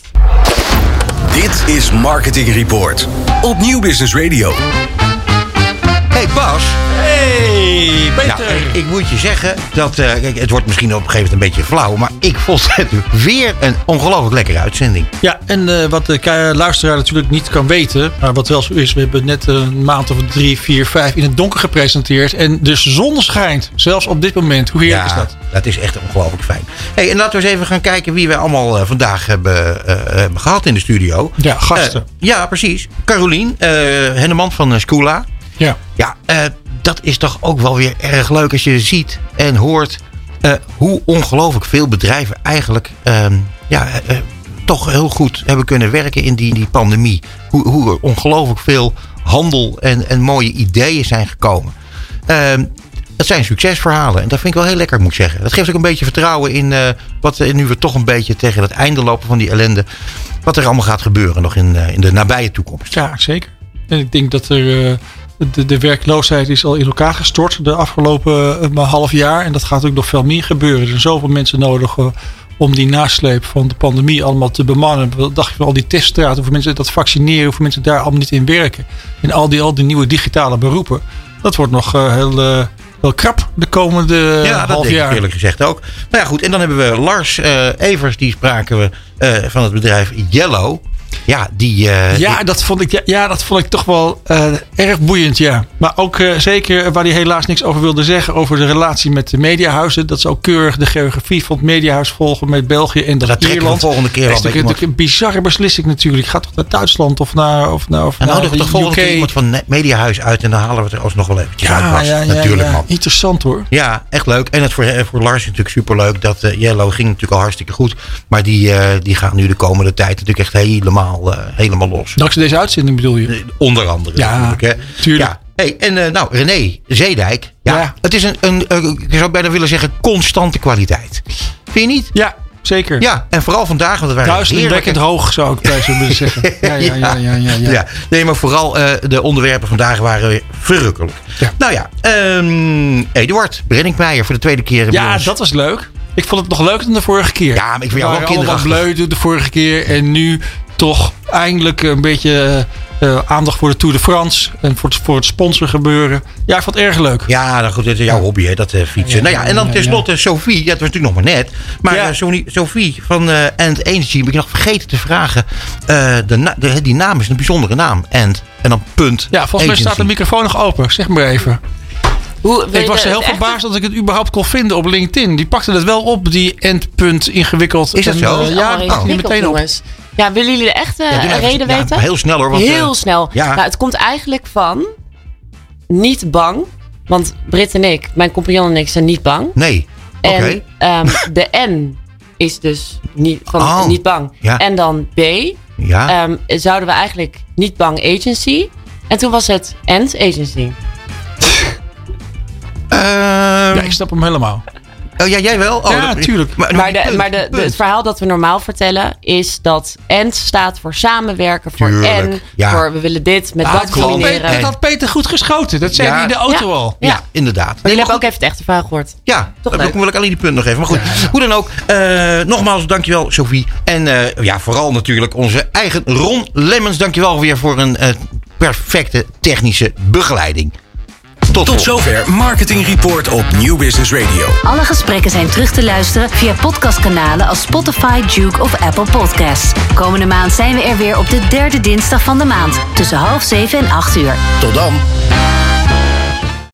Dit is Marketing Report op Nieuw Business Radio. Hey Bas. Hey Peter. Ja, ik moet je zeggen dat, kijk, het wordt misschien op een gegeven moment een beetje flauw, maar ik vond het weer een ongelooflijk lekkere uitzending. Ja, en wat de luisteraar natuurlijk niet kan weten, maar wat wel zo is, we hebben net een maand of 3, 4, 5 in het donker gepresenteerd en de zon schijnt, zelfs op dit moment. Hoe heerlijk is dat? Dat is echt ongelooflijk fijn. Hey, en laten we eens even gaan kijken wie wij allemaal vandaag hebben gehad in de studio. Ja, gasten. Ja, precies. Carolien Henneman van Schoola. Ja, dat is toch ook wel weer erg leuk als je ziet en hoort hoe ongelooflijk veel bedrijven eigenlijk toch heel goed hebben kunnen werken in die pandemie. Hoe er ongelooflijk veel handel en mooie ideeën zijn gekomen. Dat zijn succesverhalen en dat vind ik wel heel lekker, moet ik zeggen. Dat geeft ook een beetje vertrouwen in wat nu we toch een beetje tegen het einde lopen van die ellende. Wat er allemaal gaat gebeuren nog in de nabije toekomst. Ja, zeker. En ik denk dat er de werkloosheid is al in elkaar gestort de afgelopen half jaar. En dat gaat ook nog veel meer gebeuren. Er zijn zoveel mensen nodig om die nasleep van de pandemie allemaal te bemannen. Wat dacht je van al die teststraten, hoeveel mensen dat vaccineren, hoeveel mensen daar allemaal niet in werken. En al die nieuwe digitale beroepen. Dat wordt nog heel krap de komende half jaar. Ja, dat denk ik eerlijk gezegd ook. Nou ja, goed. En dan hebben we Lars Evers, die spraken we van het bedrijf Yellow. Ja, dat vond ik toch wel erg boeiend, ja. Maar ook zeker waar hij helaas niks over wilde zeggen over de relatie met de mediahuizen. Dat ze ook keurig de geografie van het mediahuis volgen met België en dat Ierland. De volgende keer dat is natuurlijk een bizarre beslissing natuurlijk. Gaat toch naar Duitsland of naar de toch volgende keer iemand van het mediahuis uit en dan halen we het er alsnog wel eventjes uit. Ja, natuurlijk, man. Interessant hoor. Ja, echt leuk. En het voor Lars is natuurlijk superleuk dat Yellow ging natuurlijk al hartstikke goed. Maar die gaan nu de komende tijd natuurlijk echt helemaal los. Dankzij deze uitzending bedoel je? Onder andere. Ja, tuurlijk. Ja. Hey, en René Zeedijk. Ja. Het is ik zou bijna willen zeggen, constante kwaliteit. Vind je niet? Ja, zeker. Ja, en vooral vandaag. Want het waren duizelingwekkend hoog, zou ik bij zo willen zeggen. Ja. Nee, maar vooral de onderwerpen vandaag waren weer verrukkelijk. Ja. Nou ja, Eduard Brenninkmeijer voor de tweede keer. Ja, dat was leuk. Ik vond het nog leuker dan de vorige keer. Ja, maar ik vind jou wel kinderachtig. Bleu de vorige keer en nu toch eindelijk een beetje aandacht voor de Tour de France en voor het sponsorgebeuren. Ja, ik vond het erg leuk. Ja, nou goed, dit is jouw hobby, hè, dat fietsen. En dan tenslotte Sophie, dat was natuurlijk nog maar net. Maar Sophie van Ant Agency, heb ik nog vergeten te vragen. Die naam is een bijzondere naam. Ant en dan punt. Ja, volgens mij staat de microfoon nog open. Zeg maar even. Ik was heel verbaasd dat ik het überhaupt kon vinden op LinkedIn. Die pakte het wel op, die endpunt ingewikkeld. Is dat zo? Ja, dat pakte die meteen op. Ja, willen jullie de echte reden weten? Heel snel hoor. Heel snel. Ja. Nou, het komt eigenlijk van niet bang. Want Britt en ik, mijn compagnon en ik, zijn niet bang. Nee, oké. En de N is dus niet bang. Ja. En dan B, zouden we eigenlijk niet bang agency. En toen was het Ant Agency. Ja, ik snap hem helemaal. Oh ja, jij wel? Oh, ja, natuurlijk. Maar het verhaal dat we normaal vertellen is dat AND staat voor samenwerken, voor voor we willen dit met dat combineren. Dat had Peter goed geschoten. Dat zei hij in de auto al. Ja, inderdaad. Jullie hebben ook even het echte verhaal gehoord. Ja, toch wil ik alleen die punt nog even. Maar goed, hoe dan ook. Nogmaals, dankjewel Sophie. En vooral natuurlijk onze eigen Ron Lemmens. Dankjewel weer voor een perfecte technische begeleiding. Tot Tot zover Marketing Report op Nieuw Business Radio. Alle gesprekken zijn terug te luisteren via podcastkanalen als Spotify, Juke of Apple Podcasts. Komende maand zijn we er weer op de 3e dinsdag van de maand. Tussen 6:30 en 8:00. Tot dan.